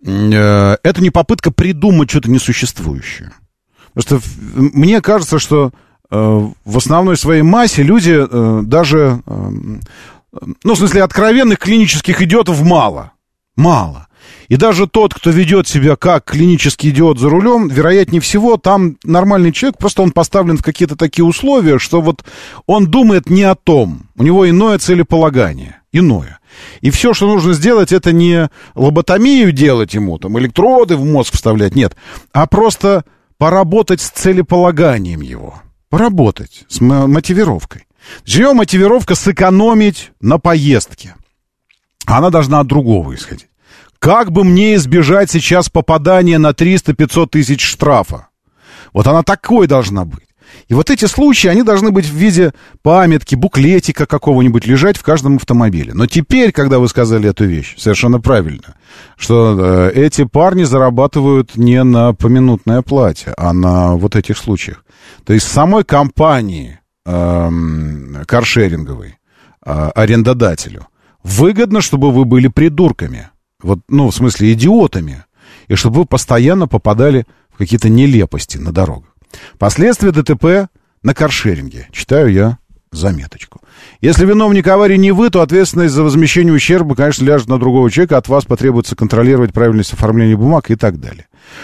это не попытка придумать что-то несуществующее. Потому что мне кажется, что в основной своей массе люди даже, ну, в смысле, откровенных клинических идиотов мало. Мало. И даже тот, кто ведет себя как клинический идиот за рулем, вероятнее всего, там нормальный человек, просто он поставлен в какие-то такие условия, что вот он думает не о том, у него иное целеполагание, иное. И все, что нужно сделать, это не лоботомию делать ему, там, электроды в мозг вставлять, нет, а просто поработать с целеполаганием его, поработать с мотивировкой. Ее мотивировка сэкономить на поездке. Она должна от другого исходить. Как бы мне избежать сейчас попадания на триста-пятьсот тысяч штрафа? Вот она такой должна быть. И вот эти случаи, они должны быть в виде памятки, буклетика какого-нибудь лежать в каждом автомобиле. Но теперь, когда вы сказали эту вещь, совершенно правильно, что э, эти парни зарабатывают не на поминутной оплате, а на вот этих случаях. То есть самой компании э, каршеринговой, э, арендодателю, выгодно, чтобы вы были придурками. Вот, ну, в смысле, идиотами. И чтобы вы постоянно попадали в какие-то нелепости на дорогах. Последствия ДТП на каршеринге. Читаю я заметочку. Если виновник аварии не вы, то ответственность за возмещение ущерба, конечно, ляжет на другого человека. От вас потребуется контролировать правильность оформления бумаг и так далее.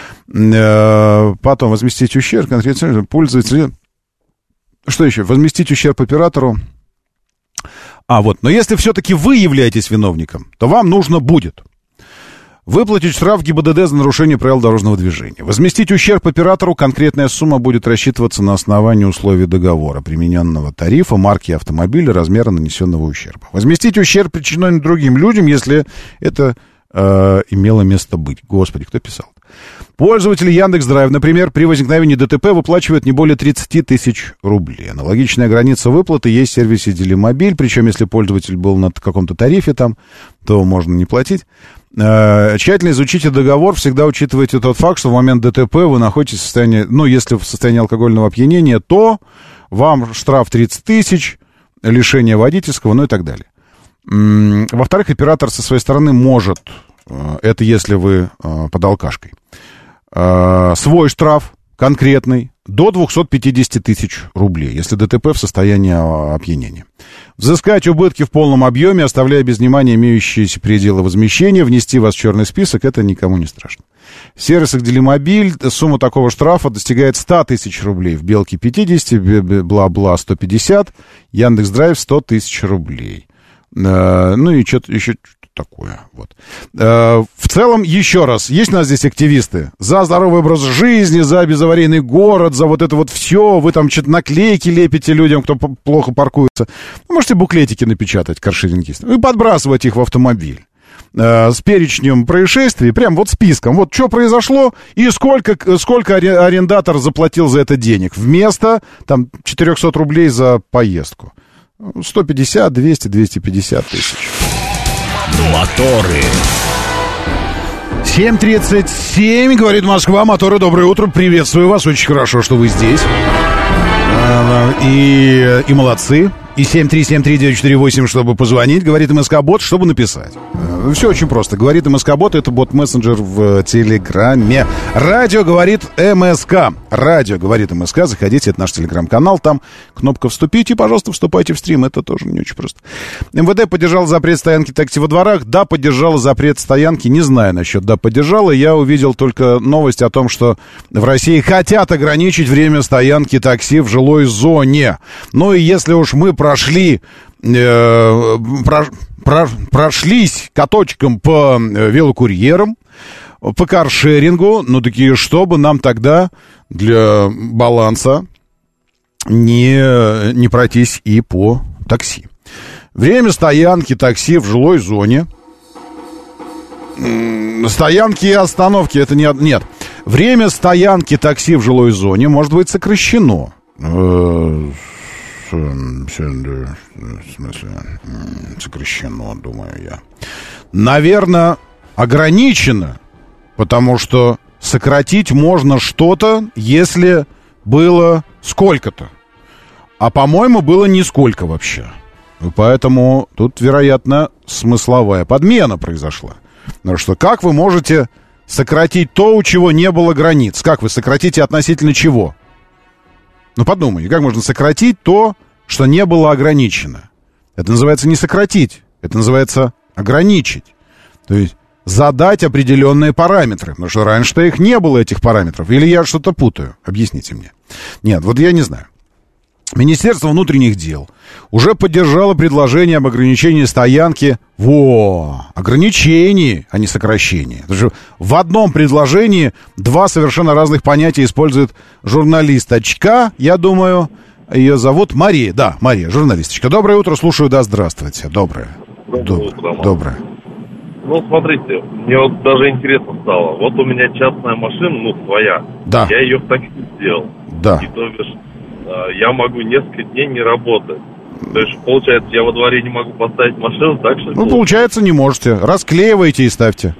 Потом возместить ущерб, конкретно пользователя. Что еще? Возместить ущерб оператору. А, вот. Но если все-таки вы являетесь виновником, то вам нужно будет выплатить штраф ГИБДД за нарушение правил дорожного движения. Возместить ущерб оператору. Конкретная сумма будет рассчитываться на основании условий договора, примененного тарифа, марки автомобиля, размера нанесенного ущерба. Возместить ущерб, причиненный другим людям, если это э, имело место быть. Господи, кто писал? Пользователи Яндекс.Драйв, например, при возникновении ДТП выплачивают не более тридцать тысяч рублей. Аналогичная граница выплаты есть в сервисе Делимобиль, причем если пользователь был на каком-то тарифе там, то можно не платить. Э, тщательно изучите договор, всегда учитывайте тот факт, что в момент ДТП вы находитесь в состоянии, ну, если в состоянии алкогольного опьянения, то вам штраф тридцать тысяч, лишение водительского, ну и так далее. М-м, во-вторых, оператор со своей стороны может, э, это если вы э, под алкашкой, свой штраф конкретный до двести пятьдесят тысяч рублей, если ДТП в состоянии опьянения. Взыскать убытки в полном объеме, оставляя без внимания имеющиеся пределы возмещения, внести вас в черный список, это никому не страшно. В сервисах Делимобиль сумма такого штрафа достигает сто тысяч рублей, в Белке пятьдесят, бла-бла сто пятьдесят, Яндекс.Драйв сто тысяч рублей. Ну и что-то еще такое. Вот. В целом, еще раз, есть у нас здесь активисты за здоровый образ жизни, за безаварийный город, за вот это вот все. Вы там что-то наклейки лепите людям, кто плохо паркуется. Вы можете буклетики напечатать, каршерингисты, и подбрасывать их в автомобиль с перечнем происшествий, прям вот списком. Вот что произошло и сколько, сколько арендатор заплатил за это денег. Вместо там четыреста рублей за поездку. сто пятьдесят, двести, двести пятьдесят тысяч. Моторы. семь тридцать семь, говорит Москва. Моторы, доброе утро. Приветствую вас. Очень хорошо, что вы здесь. И, и молодцы. И семь три семь три девять четыре восемь, чтобы позвонить. Говорит МСК-бот, чтобы написать. Все очень просто. Говорит МСК-бот, это бот-мессенджер в Телеграме. Радио говорит МСК. Радио говорит МСК. Заходите, это наш Телеграм-канал. Там кнопка «Вступить». И, пожалуйста, вступайте в стрим. Это тоже не очень просто. МВД поддержал запрет стоянки такси во дворах. Да, поддержала запрет стоянки. Не знаю насчет «да, поддержала». Я увидел только новость о том, что в России хотят ограничить время стоянки такси в жилой зоне. Ну и если уж мы прошли э, про, про, прошлись каточком по велокурьерам, по каршерингу, ну такие, чтобы нам тогда для баланса не, не пройтись и по такси. Время стоянки такси в жилой зоне. Стоянки и остановки, это не... Нет. Время стоянки такси в жилой зоне может быть сокращено. В смысле, сокращено, думаю я. Наверное, ограничено, потому что сократить можно что-то, если было сколько-то. А, по-моему, было нисколько вообще. Поэтому тут, вероятно, смысловая подмена произошла. Потому что как вы можете сократить то, у чего не было границ? Как вы сократите относительно чего? Ну, подумайте, как можно сократить то, что не было ограничено? Это называется не сократить, это называется ограничить. То есть задать определенные параметры. Потому что раньше-то их не было, этих параметров. Или я что-то путаю? Объясните мне. Нет, вот я не знаю. Министерство внутренних дел уже поддержало предложение об ограничении стоянки. Во! Ограничении, а не сокращении. Потому что в одном предложении два совершенно разных понятия использует журналисточка. Я думаю, ее зовут Мария. Да, Мария, журналисточка. Доброе утро, слушаю, да, здравствуйте. Доброе. Доброе утро. Доброе. Ну, смотрите, мне вот даже интересно стало. Вот у меня частная машина, ну, своя. Да. Я ее в такси сделал. Да. И то бишь, я могу несколько дней не работать. То есть, получается, я во дворе не могу поставить машину, так что... Ну, получается, не можете. Расклеивайте и ставьте.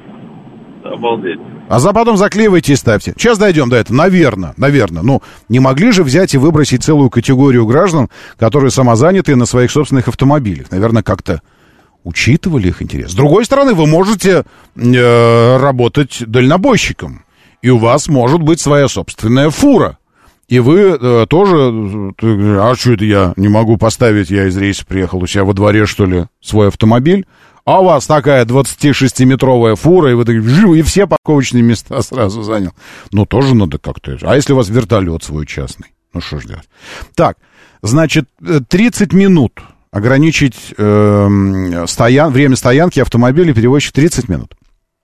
Обалдеть. А за потом заклеивайте и ставьте. Сейчас дойдем до этого. Наверное, наверное. Ну, не могли же взять и выбросить целую категорию граждан, которые самозанятые на своих собственных автомобилях. Наверное, как-то учитывали их интерес. С другой стороны, вы можете э, работать дальнобойщиком. И у вас может быть своя собственная фура. И вы э, тоже... Э, а что это я не могу поставить? Я из рейса приехал. У себя во дворе, что ли, свой автомобиль? А у вас такая двадцатишестиметровая фура, и вы такие, и все парковочные места сразу занял. Ну, тоже надо как-то... А если у вас вертолет свой частный? Ну, что ж делать? Так, значит, тридцать минут ограничить э, стоян... время стоянки автомобиля перевозчик тридцать минут.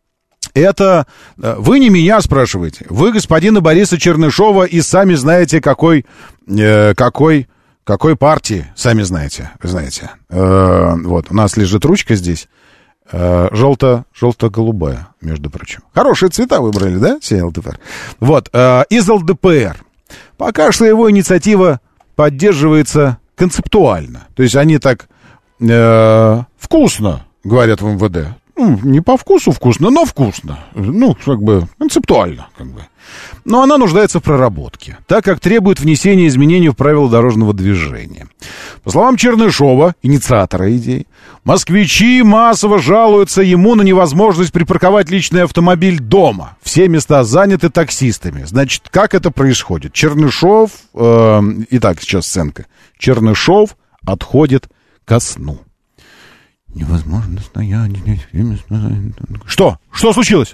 Это вы не меня спрашиваете, вы господина Бориса Чернышова и сами знаете, какой, э, какой, какой партии, сами знаете, вы знаете. Э, вот, у нас лежит ручка здесь, э, желто, желто-голубая, между прочим. Хорошие цвета выбрали, да, все ЛДПР? Вот, э, из ЛДПР. Пока что его инициатива поддерживается концептуально. То есть они так э, вкусно говорят в эм вэ дэ. Ну, не по вкусу вкусно, но вкусно. Ну, как бы, концептуально, как бы. Но она нуждается в проработке, так как требует внесения изменений в правила дорожного движения. По словам Чернышова, инициатора идеи, москвичи массово жалуются ему на невозможность припарковать личный автомобиль дома. Все места заняты таксистами. Значит, как это происходит? Чернышов... Э, итак, сейчас сценка. Чернышов отходит ко сну. Невозможно стоять здесь. Что? Что случилось?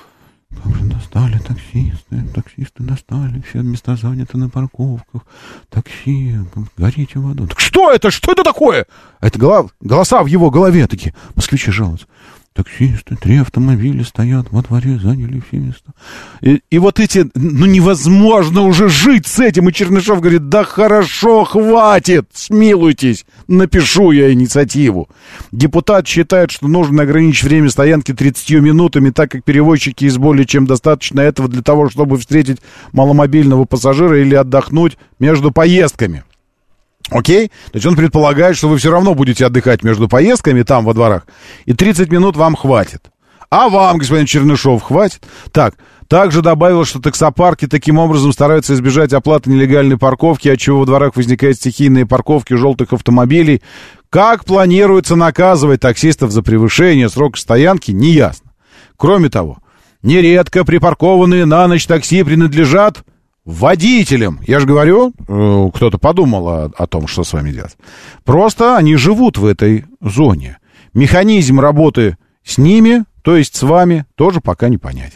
Достали таксисты, таксисты достали, все места заняты на парковках, такси, горите в аду. Так что это? Что это такое? Это голова, голоса в его голове такие. Москвичи жалуются. Таксисты, три автомобиля стоят во дворе, заняли все места. И, и вот эти, ну невозможно уже жить с этим. И Чернышов говорит, да хорошо, хватит, смилуйтесь, напишу я инициативу. Депутат считает, что нужно ограничить время стоянки тридцатью минутами, так как перевозчики из более чем достаточно этого для того, чтобы встретить маломобильного пассажира или отдохнуть между поездками. Окей? То есть он предполагает, что вы все равно будете отдыхать между поездками там во дворах, и тридцать минут вам хватит. А вам, господин Чернышов, хватит? Так, также добавил, что таксопарки таким образом стараются избежать оплаты нелегальной парковки, отчего во дворах возникают стихийные парковки желтых автомобилей. Как планируется наказывать таксистов за превышение срока стоянки, неясно. Кроме того, нередко припаркованные на ночь такси принадлежат водителям. Я же говорю, кто-то подумал о, о том, что с вами делать. Просто они живут в этой зоне. Механизм работы с ними, то есть с вами, тоже пока непонятен.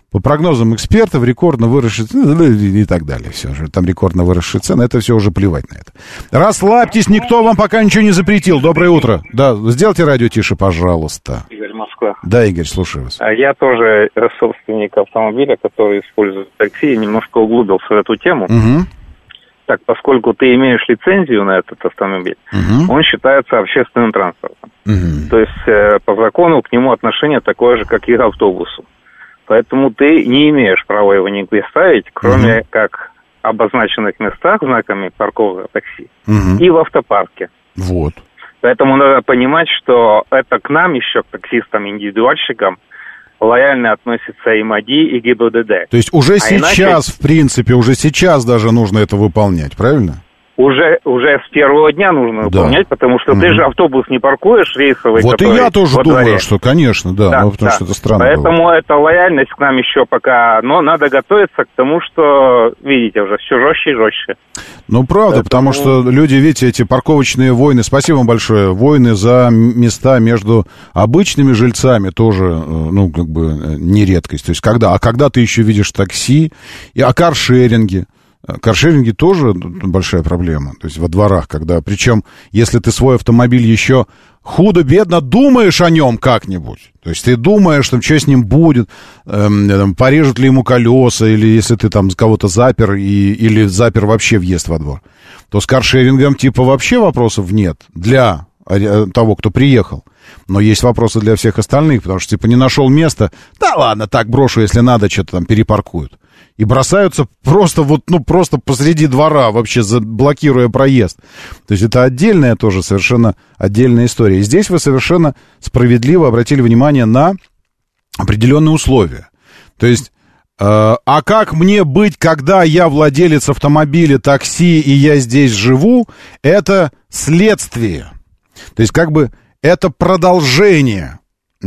По прогнозам экспертов, рекордно выросшие цены и так далее. Все же там рекордно выросшие цены, это все уже плевать на это. Расслабьтесь, никто вам пока ничего не запретил. Доброе утро. Да, сделайте радио тише, пожалуйста. Игорь, Москва. Да, Игорь, слушаю вас. Я тоже собственник автомобиля, который использует такси, и немножко углубился в эту тему. Угу. Так, поскольку ты имеешь лицензию на этот автомобиль, угу. он считается общественным транспортом. Угу. То есть э, по закону к нему отношение такое же, как и к автобусу. Поэтому ты не имеешь права его нигде ставить, кроме угу. как обозначенных местах знаками паркового такси угу. и в автопарке. Вот. Поэтому надо понимать, что это к нам еще, к таксистам-индивидуальщикам, лояльно относится и МАДИ, и ГИБДД. То есть уже а сейчас, иначе... в принципе, уже сейчас даже нужно это выполнять, правильно? Уже, уже с первого дня нужно да. выполнять, потому что угу. ты же автобус не паркуешь рейсовый. Вот и я тоже думаю, дворе. Что, конечно, да, да, ну, потому да. что это странно. Поэтому было. эта лояльность к нам еще пока, но надо готовиться к тому, что, видите, уже все жестче и жестче. Ну, правда, Поэтому... потому что люди, видите, эти парковочные войны, спасибо вам большое, войны за места между обычными жильцами тоже, ну, как бы, не редкость. То есть, когда, а когда ты еще видишь такси, и, а каршеринги, Каршеринги тоже большая проблема, то есть во дворах, когда, причем, если ты свой автомобиль еще худо-бедно думаешь о нем как-нибудь, то есть ты думаешь, там, что с ним будет, эм, там, порежут ли ему колеса, или если ты там кого-то запер, и, или запер вообще въезд во двор, то с каршерингом типа вообще вопросов нет для того, кто приехал. Но есть вопросы для всех остальных, потому что, типа, не нашел места, да ладно, так брошу, если надо, что-то там перепаркуют. И бросаются просто вот, ну, просто посреди двора, вообще блокируя проезд. То есть это отдельная тоже, совершенно отдельная история. И здесь вы совершенно справедливо обратили внимание на определенные условия. То есть, э, а как мне быть, когда я владелец автомобиля, такси, и я здесь живу, это следствие. То есть, как бы, это продолжение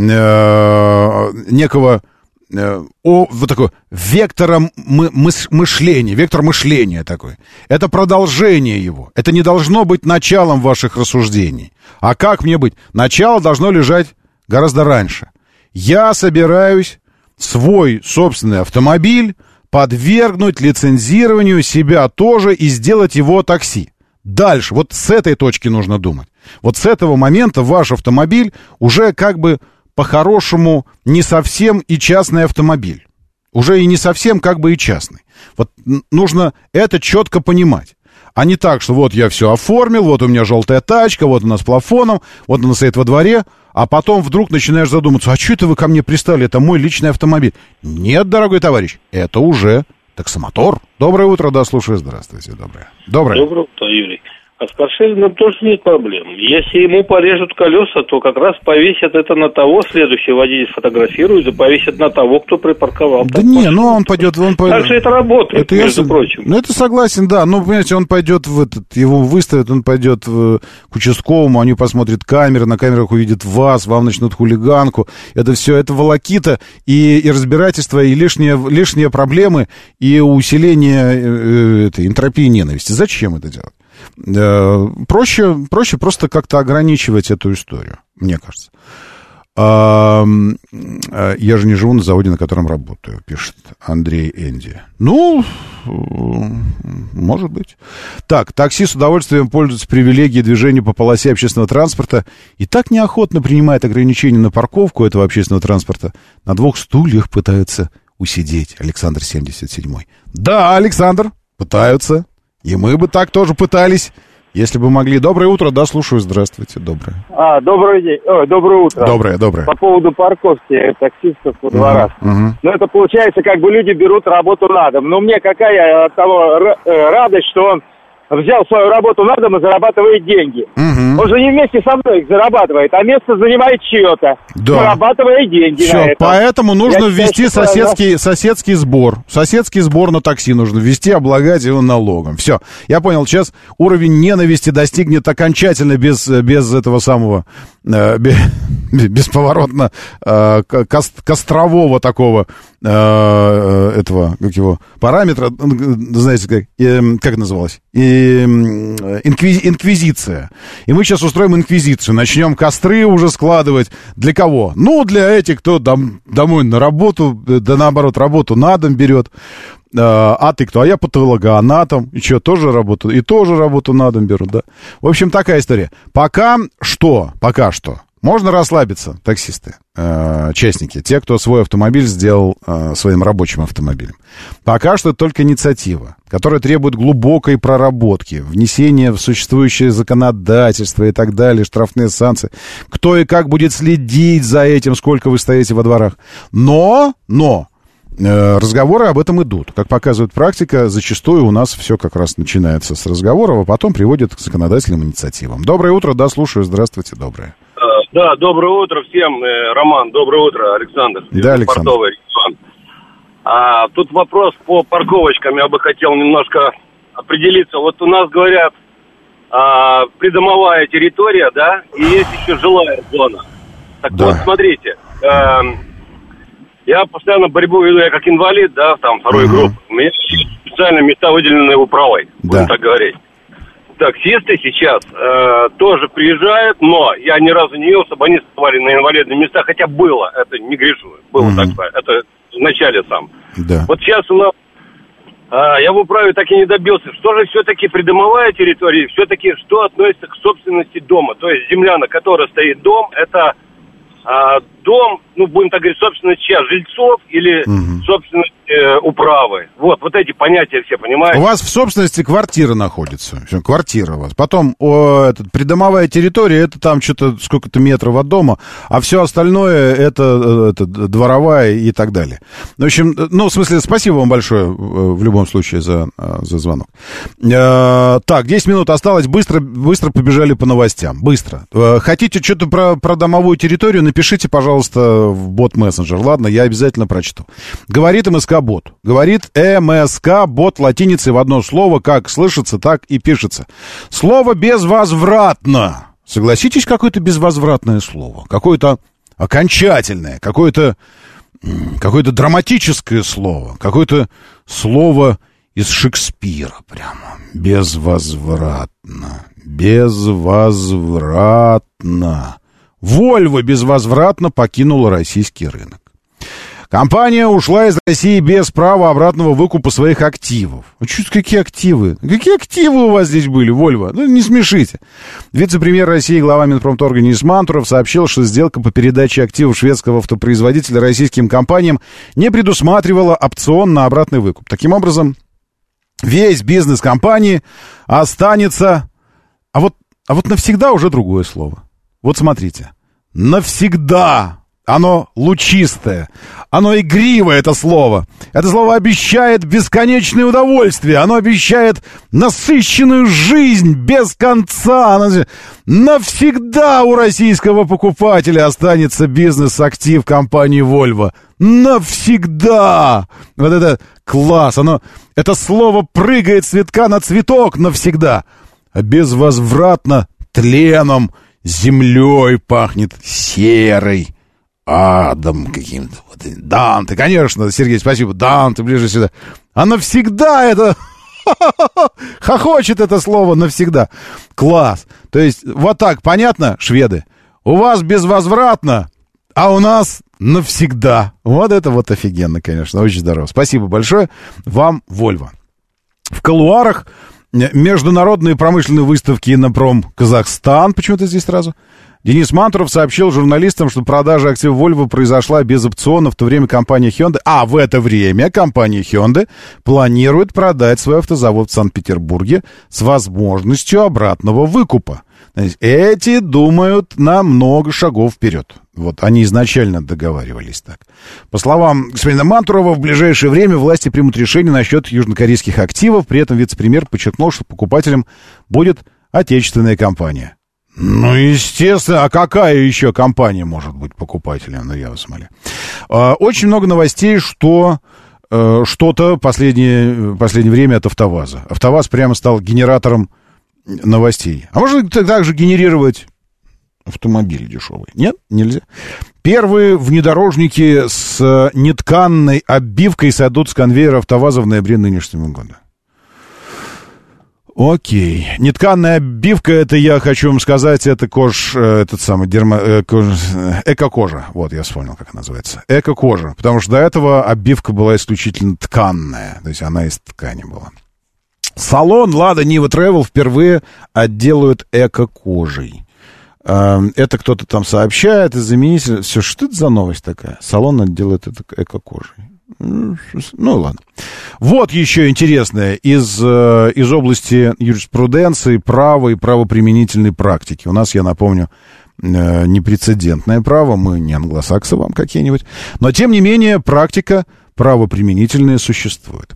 э, некого э, о, вот такого вектора мы, мыс, мышления, вектор мышления такой. Это продолжение его. Это не должно быть началом ваших рассуждений. А как мне быть? Начало должно лежать гораздо раньше. Я собираюсь свой собственный автомобиль подвергнуть лицензированию, себя тоже, и сделать его такси. Дальше, вот с этой точки нужно думать. Вот с этого момента ваш автомобиль уже как бы по-хорошему не совсем и частный автомобиль. Уже и не совсем как бы и частный. Вот нужно это четко понимать. А не так, что вот я все оформил, вот у меня желтая тачка, вот она с плафоном, вот она стоит во дворе, а потом вдруг начинаешь задуматься, а что это вы ко мне пристали, это мой личный автомобиль. Нет, дорогой товарищ, это уже таксомотор. Доброе утро, да, слушаю, здравствуйте, доброе. Доброе. Доброе утро, Юрий. А с каршерингом тоже нет проблем. Если ему порежут колеса, то как раз повесят это на того, следующий водитель фотографирует и повесят на того, кто припарковал. Да не, ну он пойдет... Он пойдет... Так же это работает, это между я... прочим. Ну это согласен, да. Ну, понимаете, он пойдет в этот... Его выставят, он пойдет в... к участковому, они посмотрят камеры, на камерах увидят вас, вам начнут хулиганку. Это все, это волокита и, и разбирательство, и лишние, лишние проблемы, и усиление э, этой энтропии ненависти. Зачем это делать? Проще, проще просто как-то ограничивать эту историю, мне кажется. Я же не живу на заводе, на котором работаю, пишет Андрей Энди. Ну, может быть. Так, такси с удовольствием пользуются привилегией движения по полосе общественного транспорта и так неохотно принимает ограничения на парковку этого общественного транспорта. На двух стульях пытаются усидеть. Александр семьдесят седьмой. Да, Александр, пытаются. И мы бы так тоже пытались, если бы могли. Доброе утро, да, слушаю, здравствуйте, доброе. А, добрый день, ой, доброе утро. Доброе, доброе. По поводу парковки таксистов во дворах. Uh-huh, uh-huh. Ну, это получается, как бы люди берут работу на дом. Но мне какая от того радость, что он взял свою работу на дом и зарабатывает деньги. Угу. Он же не вместе со мной их зарабатывает, а место занимает чье-то, да. зарабатывая деньги. Все, на это. Поэтому нужно Я ввести считаю, соседский, да. соседский сбор. Соседский сбор на такси нужно ввести, облагать его налогом. Все, я понял, сейчас уровень ненависти достигнет окончательно без, без этого самого, э, без, бесповоротно э, кострового такого э, этого, как его, параметра, знаете, как, э, как это называлось? И, инквизи, инквизиция. И мы сейчас устроим инквизицию, начнем костры уже складывать. Для кого? Ну, для этих, кто дом, домой на работу, да наоборот, работу на дом берет. А ты кто? А я патологоанатом. И что, тоже работу? И тоже работу на дом берут, да? В общем, такая история. Пока что, пока что, можно расслабиться, таксисты, э, частники, те, кто свой автомобиль сделал э, своим рабочим автомобилем. Пока что только инициатива, которая требует глубокой проработки, внесения в существующее законодательство и так далее, штрафные санкции. Кто и как будет следить за этим, сколько вы стоите во дворах. Но, но... разговоры об этом идут. Как показывает практика, зачастую у нас все как раз начинается с разговоров, а потом приводит к законодательным инициативам. Доброе утро, да, слушаю. Здравствуйте, доброе. Да, доброе утро всем. Роман, доброе утро, Александр. Да, Александр. А, тут вопрос по парковочкам. Я бы хотел немножко определиться. Вот у нас говорят, а, придомовая территория, да, и есть еще жилая зона. Так да. Вот, смотрите, а, я постоянно борьбу веду, я как инвалид, да, там, второй uh-huh. группы. У меня специальные места выделены управой, будем да. так говорить. Таксисты сейчас э, тоже приезжают, но я ни разу не видел, чтобы они вставали на инвалидные места, хотя было, это не грешу, было uh-huh. такое, это в начале сам. Да. Вот сейчас у нас, э, я в управе так и не добился, что же все-таки придомовая территория, все-таки что относится к собственности дома, то есть земля, на которой стоит дом, это... А, дом, ну, будем так говорить, собственность чья, жильцов или угу. собственность э, управы. Вот, вот эти понятия все, понимаете? У вас в собственности квартира находится. Все, квартира у вас. Потом о, этот, придомовая территория, это там что-то сколько-то метров от дома, а все остальное это, это дворовая и так далее. В общем, ну, в смысле, спасибо вам большое в любом случае за, за звонок. Э, так, десять минут осталось, быстро, быстро побежали по новостям. Быстро. Э, хотите что-то про, про домовую территорию, напишите, пожалуйста, в бот-мессенджер. Ладно, я обязательно прочту. Говорит МСК-бот. Говорит МСК-бот латиницей в одно слово, как слышится, так и пишется. Слово безвозвратно. Согласитесь, какое-то безвозвратное слово. Какое-то окончательное, какое-то, какое-то драматическое слово. Какое-то слово из Шекспира прямо. Безвозвратно. Безвозвратно. Вольво безвозвратно покинула российский рынок. Компания ушла из России без права обратного выкупа своих активов. Ну, чуть какие активы? Какие активы у вас здесь были, Вольво? Ну, не смешите. Вице-премьер России, глава Минпромторга Денис Мантуров сообщил, что сделка по передаче активов шведского автопроизводителя российским компаниям не предусматривала опцион на обратный выкуп. Таким образом, весь бизнес компании останется... А вот, а вот навсегда уже другое слово. Вот смотрите, навсегда, оно лучистое, оно игривое, это слово. Это слово обещает бесконечное удовольствие, оно обещает насыщенную жизнь без конца. Оно... Навсегда у российского покупателя останется бизнес-актив компании Volvo. Навсегда! Вот это класс, оно, это слово прыгает с цветка на цветок навсегда, а безвозвратно тленом, землей пахнет, серой, адом каким-то. Вот, Данте, конечно, Сергей, спасибо, Данте, ближе сюда. А навсегда это... Хохочет это слово навсегда. Класс. То есть, вот так, понятно, шведы? У вас безвозвратно, а у нас навсегда. Вот это вот офигенно, конечно, очень здорово. Спасибо большое вам, Volvo. В кулуарах международные промышленные выставки Иннопром Казахстан, почему-то здесь сразу, Денис Мантуров сообщил журналистам, что продажа активов Volvo произошла без опциона, в то время компания Hyundai, а в это время компания Hyundai планирует продать свой автозавод в Санкт-Петербурге с возможностью обратного выкупа. Эти думают на много шагов вперед. Вот они изначально договаривались так. По словам господина Мантурова, в ближайшее время власти примут решение насчет южнокорейских активов. При этом вице-премьер подчеркнул, что покупателем будет отечественная компания. Ну, естественно, а какая еще компания может быть покупателем? Ну, я вас молю. Очень много новостей, что что-то последнее, последнее время от АвтоВАЗа. АвтоВАЗ прямо стал генератором новостей. А можно также генерировать автомобиль дешевый. Нет, нельзя. Первые внедорожники с нетканной обивкой сойдут с конвейера АвтоВАЗа в ноябре нынешнего года. Окей. Нетканная обивка, это я хочу вам сказать, это кож, этот самый дерма, э, кож, эко-кожа. Вот, я вспомнил, как она называется. Эко-кожа. Потому что до этого обивка была исключительно тканная. То есть она из ткани была. Салон Лада Нива Travel впервые отделают эко-кожей. Это кто-то там сообщает, и заменитель. Все, что это за новость такая? Салон отделает это эко-кожей. Ну, ладно. Вот еще интересное из, из области юриспруденции, права и правоприменительной практики. У нас, я напомню, непрецедентное право, мы не англосаксы вам какие-нибудь, но, тем не менее, практика правоприменительная существует.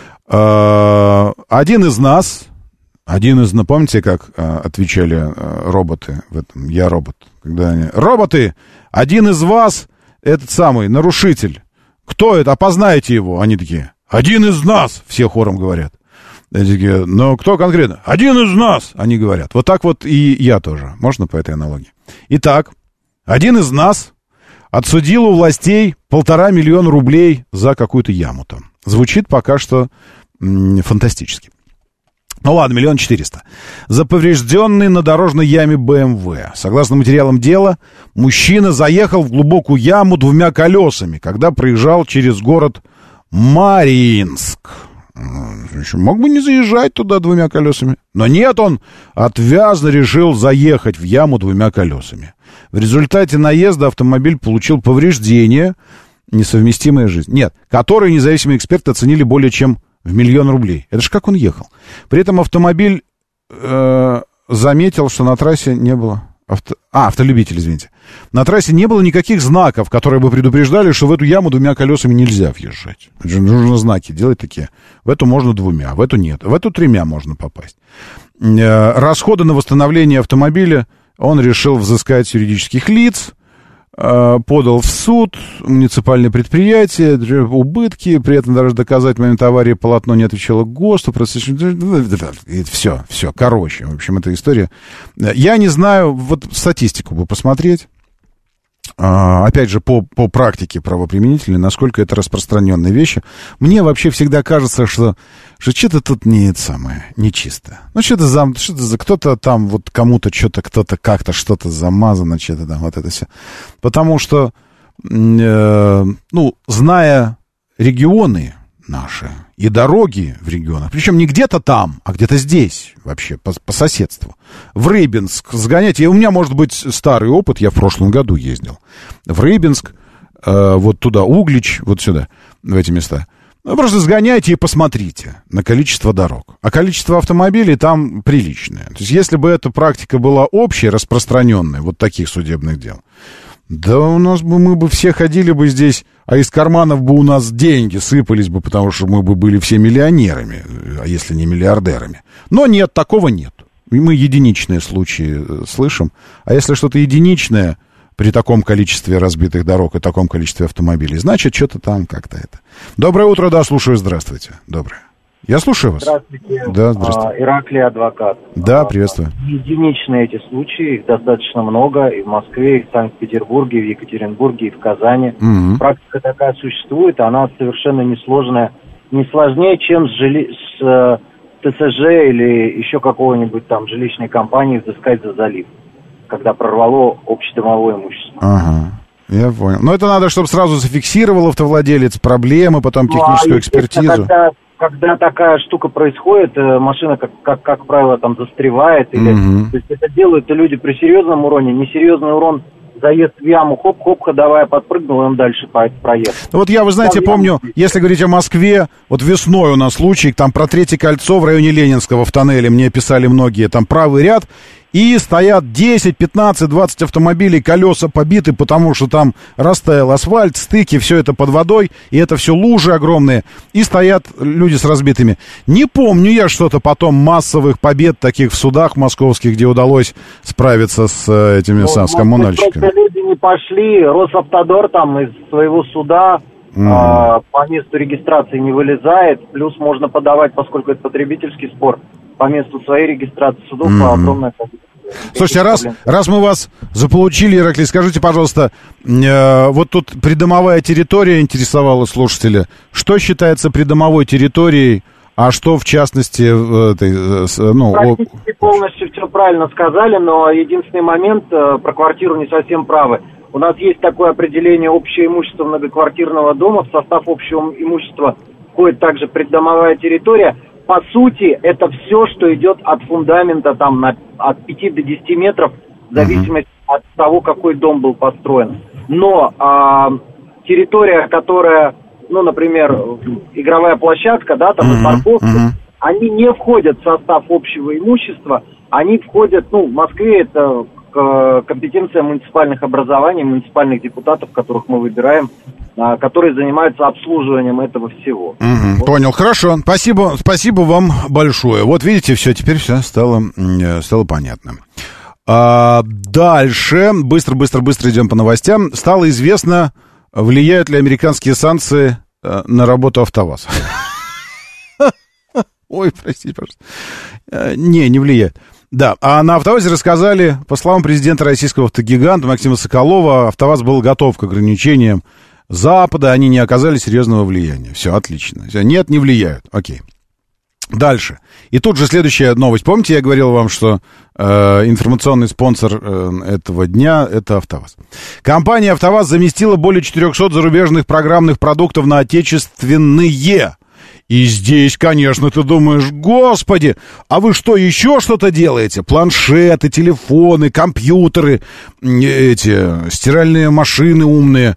Один из нас, один из, напомните, как отвечали роботы в этом «Я робот», когда они... Роботы, один из вас, этот самый нарушитель. Кто это? Опознайте его. Они такие, один из нас, все хором говорят. Они такие, но кто конкретно? Один из нас, они говорят. Вот так вот и я тоже. Можно по этой аналогии? Итак, один из нас отсудил у властей полтора миллиона рублей за какую-то яму там. Звучит пока что м- фантастически. Ну ладно, миллион четыреста. За поврежденный на дорожной яме бэ эм вэ. Согласно материалам дела, мужчина заехал в глубокую яму двумя колесами, когда проезжал через город Мариинск. Мог бы не заезжать туда двумя колесами. Но нет, он отвязно решил заехать в яму двумя колесами. В результате наезда автомобиль получил повреждения, несовместимые с жизнью. Нет, которые независимые эксперты оценили более чем в миллион рублей. Это же как он ехал. При этом автомобиль э, заметил, что на трассе не было... Авто... А, автолюбитель, извините. На трассе не было никаких знаков, которые бы предупреждали, что в эту яму двумя колесами нельзя въезжать. Нужно знаки делать такие. В эту можно двумя, в эту нет. В эту тремя можно попасть. Э, расходы на восстановление автомобиля он решил взыскать с юридических лиц. Подал в суд, муниципальное предприятие, убытки, при этом даже доказать в момент аварии полотно не отвечало ГОСТу, и все, все, короче, в общем, эта история. Я не знаю, вот статистику бы посмотреть, опять же, по, по практике правоприменительной, насколько это распространенные вещи. Мне вообще всегда кажется, что, что что-то тут не это самое, нечисто. Ну, что-то за, что-то за, кто-то там, вот кому-то что-то, кто-то как-то что-то замазано, что-то там, вот это все. Потому что, э, ну, зная регионы наши и дороги в регионах, причем не где-то там, а где-то здесь, вообще, по, по соседству. В Рыбинск сгонять, и у меня, может быть, старый опыт, я в прошлом году ездил. В Рыбинск, э, вот туда, Углич, вот сюда, в эти места. Ну, просто сгоняйте и посмотрите на количество дорог. А количество автомобилей там приличное. То есть, если бы эта практика была общей, распространенной, вот таких судебных дел, да у нас бы, мы бы все ходили бы здесь, а из карманов бы у нас деньги сыпались бы, потому что мы бы были все миллионерами, а если не миллиардерами. Но нет, такого нет. Мы единичные случаи слышим. А если что-то единичное при таком количестве разбитых дорог и таком количестве автомобилей, значит, что-то там как-то это. Доброе утро, да, слушаю, здравствуйте. Доброе. Я слушаю вас. Здравствуйте. Да, здравствуйте. А, Ираклий, адвокат. Да, приветствую. Единичные эти случаи, их достаточно много и в Москве, и в Санкт-Петербурге, и в Екатеринбурге, и в Казани. Угу. Практика такая существует, она совершенно несложная, не сложнее, чем с, жили... с э, ТСЖ или еще какого-нибудь там жилищной компании взыскать за залив, когда прорвало общедомовое имущество. Ага. Я понял. Но это надо, чтобы сразу зафиксировал автовладелец проблемы, потом Ну, техническую а экспертизу. Когда, когда такая штука происходит, э, машина, как, как, как правило, там застревает. Или, Мгм. то есть это делают и люди при серьезном уроне. Несерьезный урон, заезд в яму, хоп-хоп, ходовая подпрыгнула, и он дальше по- проехал. Ну, вот я, вы знаете, Да, помню, если говорить о Москве, вот весной у нас случай, там про Третье кольцо в районе Ленинского в тоннеле, мне писали многие, там правый ряд, и стоят десять, пятнадцать, двадцать автомобилей, колеса побиты, потому что там растаял асфальт, стыки, все это под водой, и это все лужи огромные, и стоят люди с разбитыми. Не помню я что-то потом массовых побед таких в судах московских, где удалось справиться с э, этими, сам, с коммунальщиками. Просто люди не пошли, Росавтодор там из своего суда Мгм. а, по месту регистрации не вылезает, плюс можно подавать, поскольку это потребительский спор, по месту своей регистрации судов Мгм. огромное количество. Слушайте, раз, раз мы вас заполучили, Ираклий, скажите, пожалуйста, э, вот тут придомовая территория интересовала слушателя. Что считается придомовой территорией, а что, в частности, этой, ну... Практически полностью все правильно сказали, но единственный момент, э, про квартиру не совсем правы. У нас есть такое определение общее имущество многоквартирного дома. В состав общего имущества входит также придомовая территория. По сути, это все, что идет от фундамента там, на, от пяти до десяти метров, в зависимости uh-huh. от того, какой дом был построен. Но а, территория, которая, ну, например, игровая площадка, да, там uh-huh. и парковка, uh-huh. они не входят в состав общего имущества, они входят, ну, в Москве это компетенция муниципальных образований, муниципальных депутатов, которых мы выбираем, которые занимаются обслуживанием этого всего. Угу, вот. Понял, хорошо. Спасибо, спасибо вам большое. Вот видите, все, теперь все стало, стало понятно. А, дальше, быстро, быстро, быстро идем по новостям. Стало известно, влияют ли американские санкции на работу АвтоВАЗа. Ой, простите, пожалуйста. Не, не влияет. Да, а на АвтоВАЗе рассказали, по словам президента российского автогиганта Максима Соколова, АвтоВАЗ был готов к ограничениям Запада, они не оказали серьезного влияния. Все, отлично. Все, нет, не влияют. Окей. Дальше. И тут же следующая новость. Помните, я говорил вам, что э, информационный спонсор э, этого дня — это АвтоВАЗ. Компания АвтоВАЗ заместила более четырехсот зарубежных программных продуктов на отечественные. И здесь, конечно, ты думаешь, господи, а вы что, еще что-то делаете? Планшеты, телефоны, компьютеры, эти стиральные машины умные.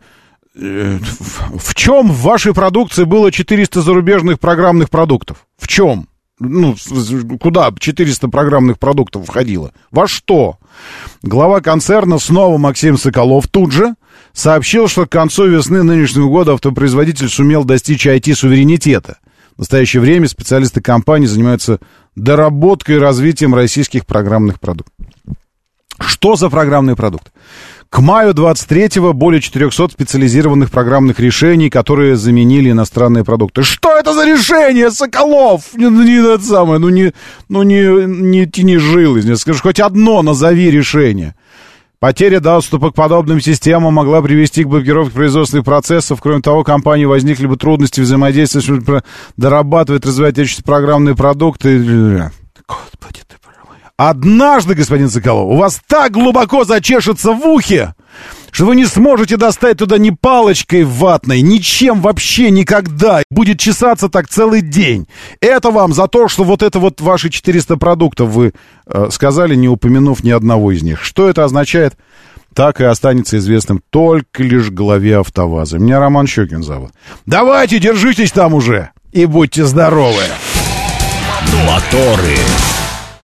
В чем в вашей продукции было четыреста зарубежных программных продуктов? В чем? Ну, куда четыреста программных продуктов входило? Во что? Глава концерна снова Максим Соколов тут же сообщил, что к концу весны нынешнего года автопроизводитель сумел достичь ай ти-суверенитета. В настоящее время специалисты компании занимаются доработкой и развитием российских программных продуктов. Что за программный продукт? К маю двадцать третьего более четырехсот специализированных программных решений, которые заменили иностранные продукты. Что это за решение, Соколов? Не, не это самое, ну не, ну не, не тяни жил из нее. Скажи, хоть одно назови решение. Потеря доступа к подобным системам могла привести к блокировке производственных процессов. Кроме того, компании возникли бы трудности взаимодействия, чтобы дорабатывать, развивать отечественные программные продукты. Господи ты, боже. Однажды, господин Соколов, у вас так глубоко зачешется в ухе, что вы не сможете достать туда ни палочкой ватной, ничем вообще никогда. Будет чесаться так целый день. Это вам за то, что вот это вот ваши четыреста продуктов вы э, сказали, не упомянув ни одного из них. Что это означает? Так и останется известным только лишь главе АвтоВАЗа. Меня Роман Щекин зовут. Давайте, держитесь там уже и будьте здоровы. Моторы.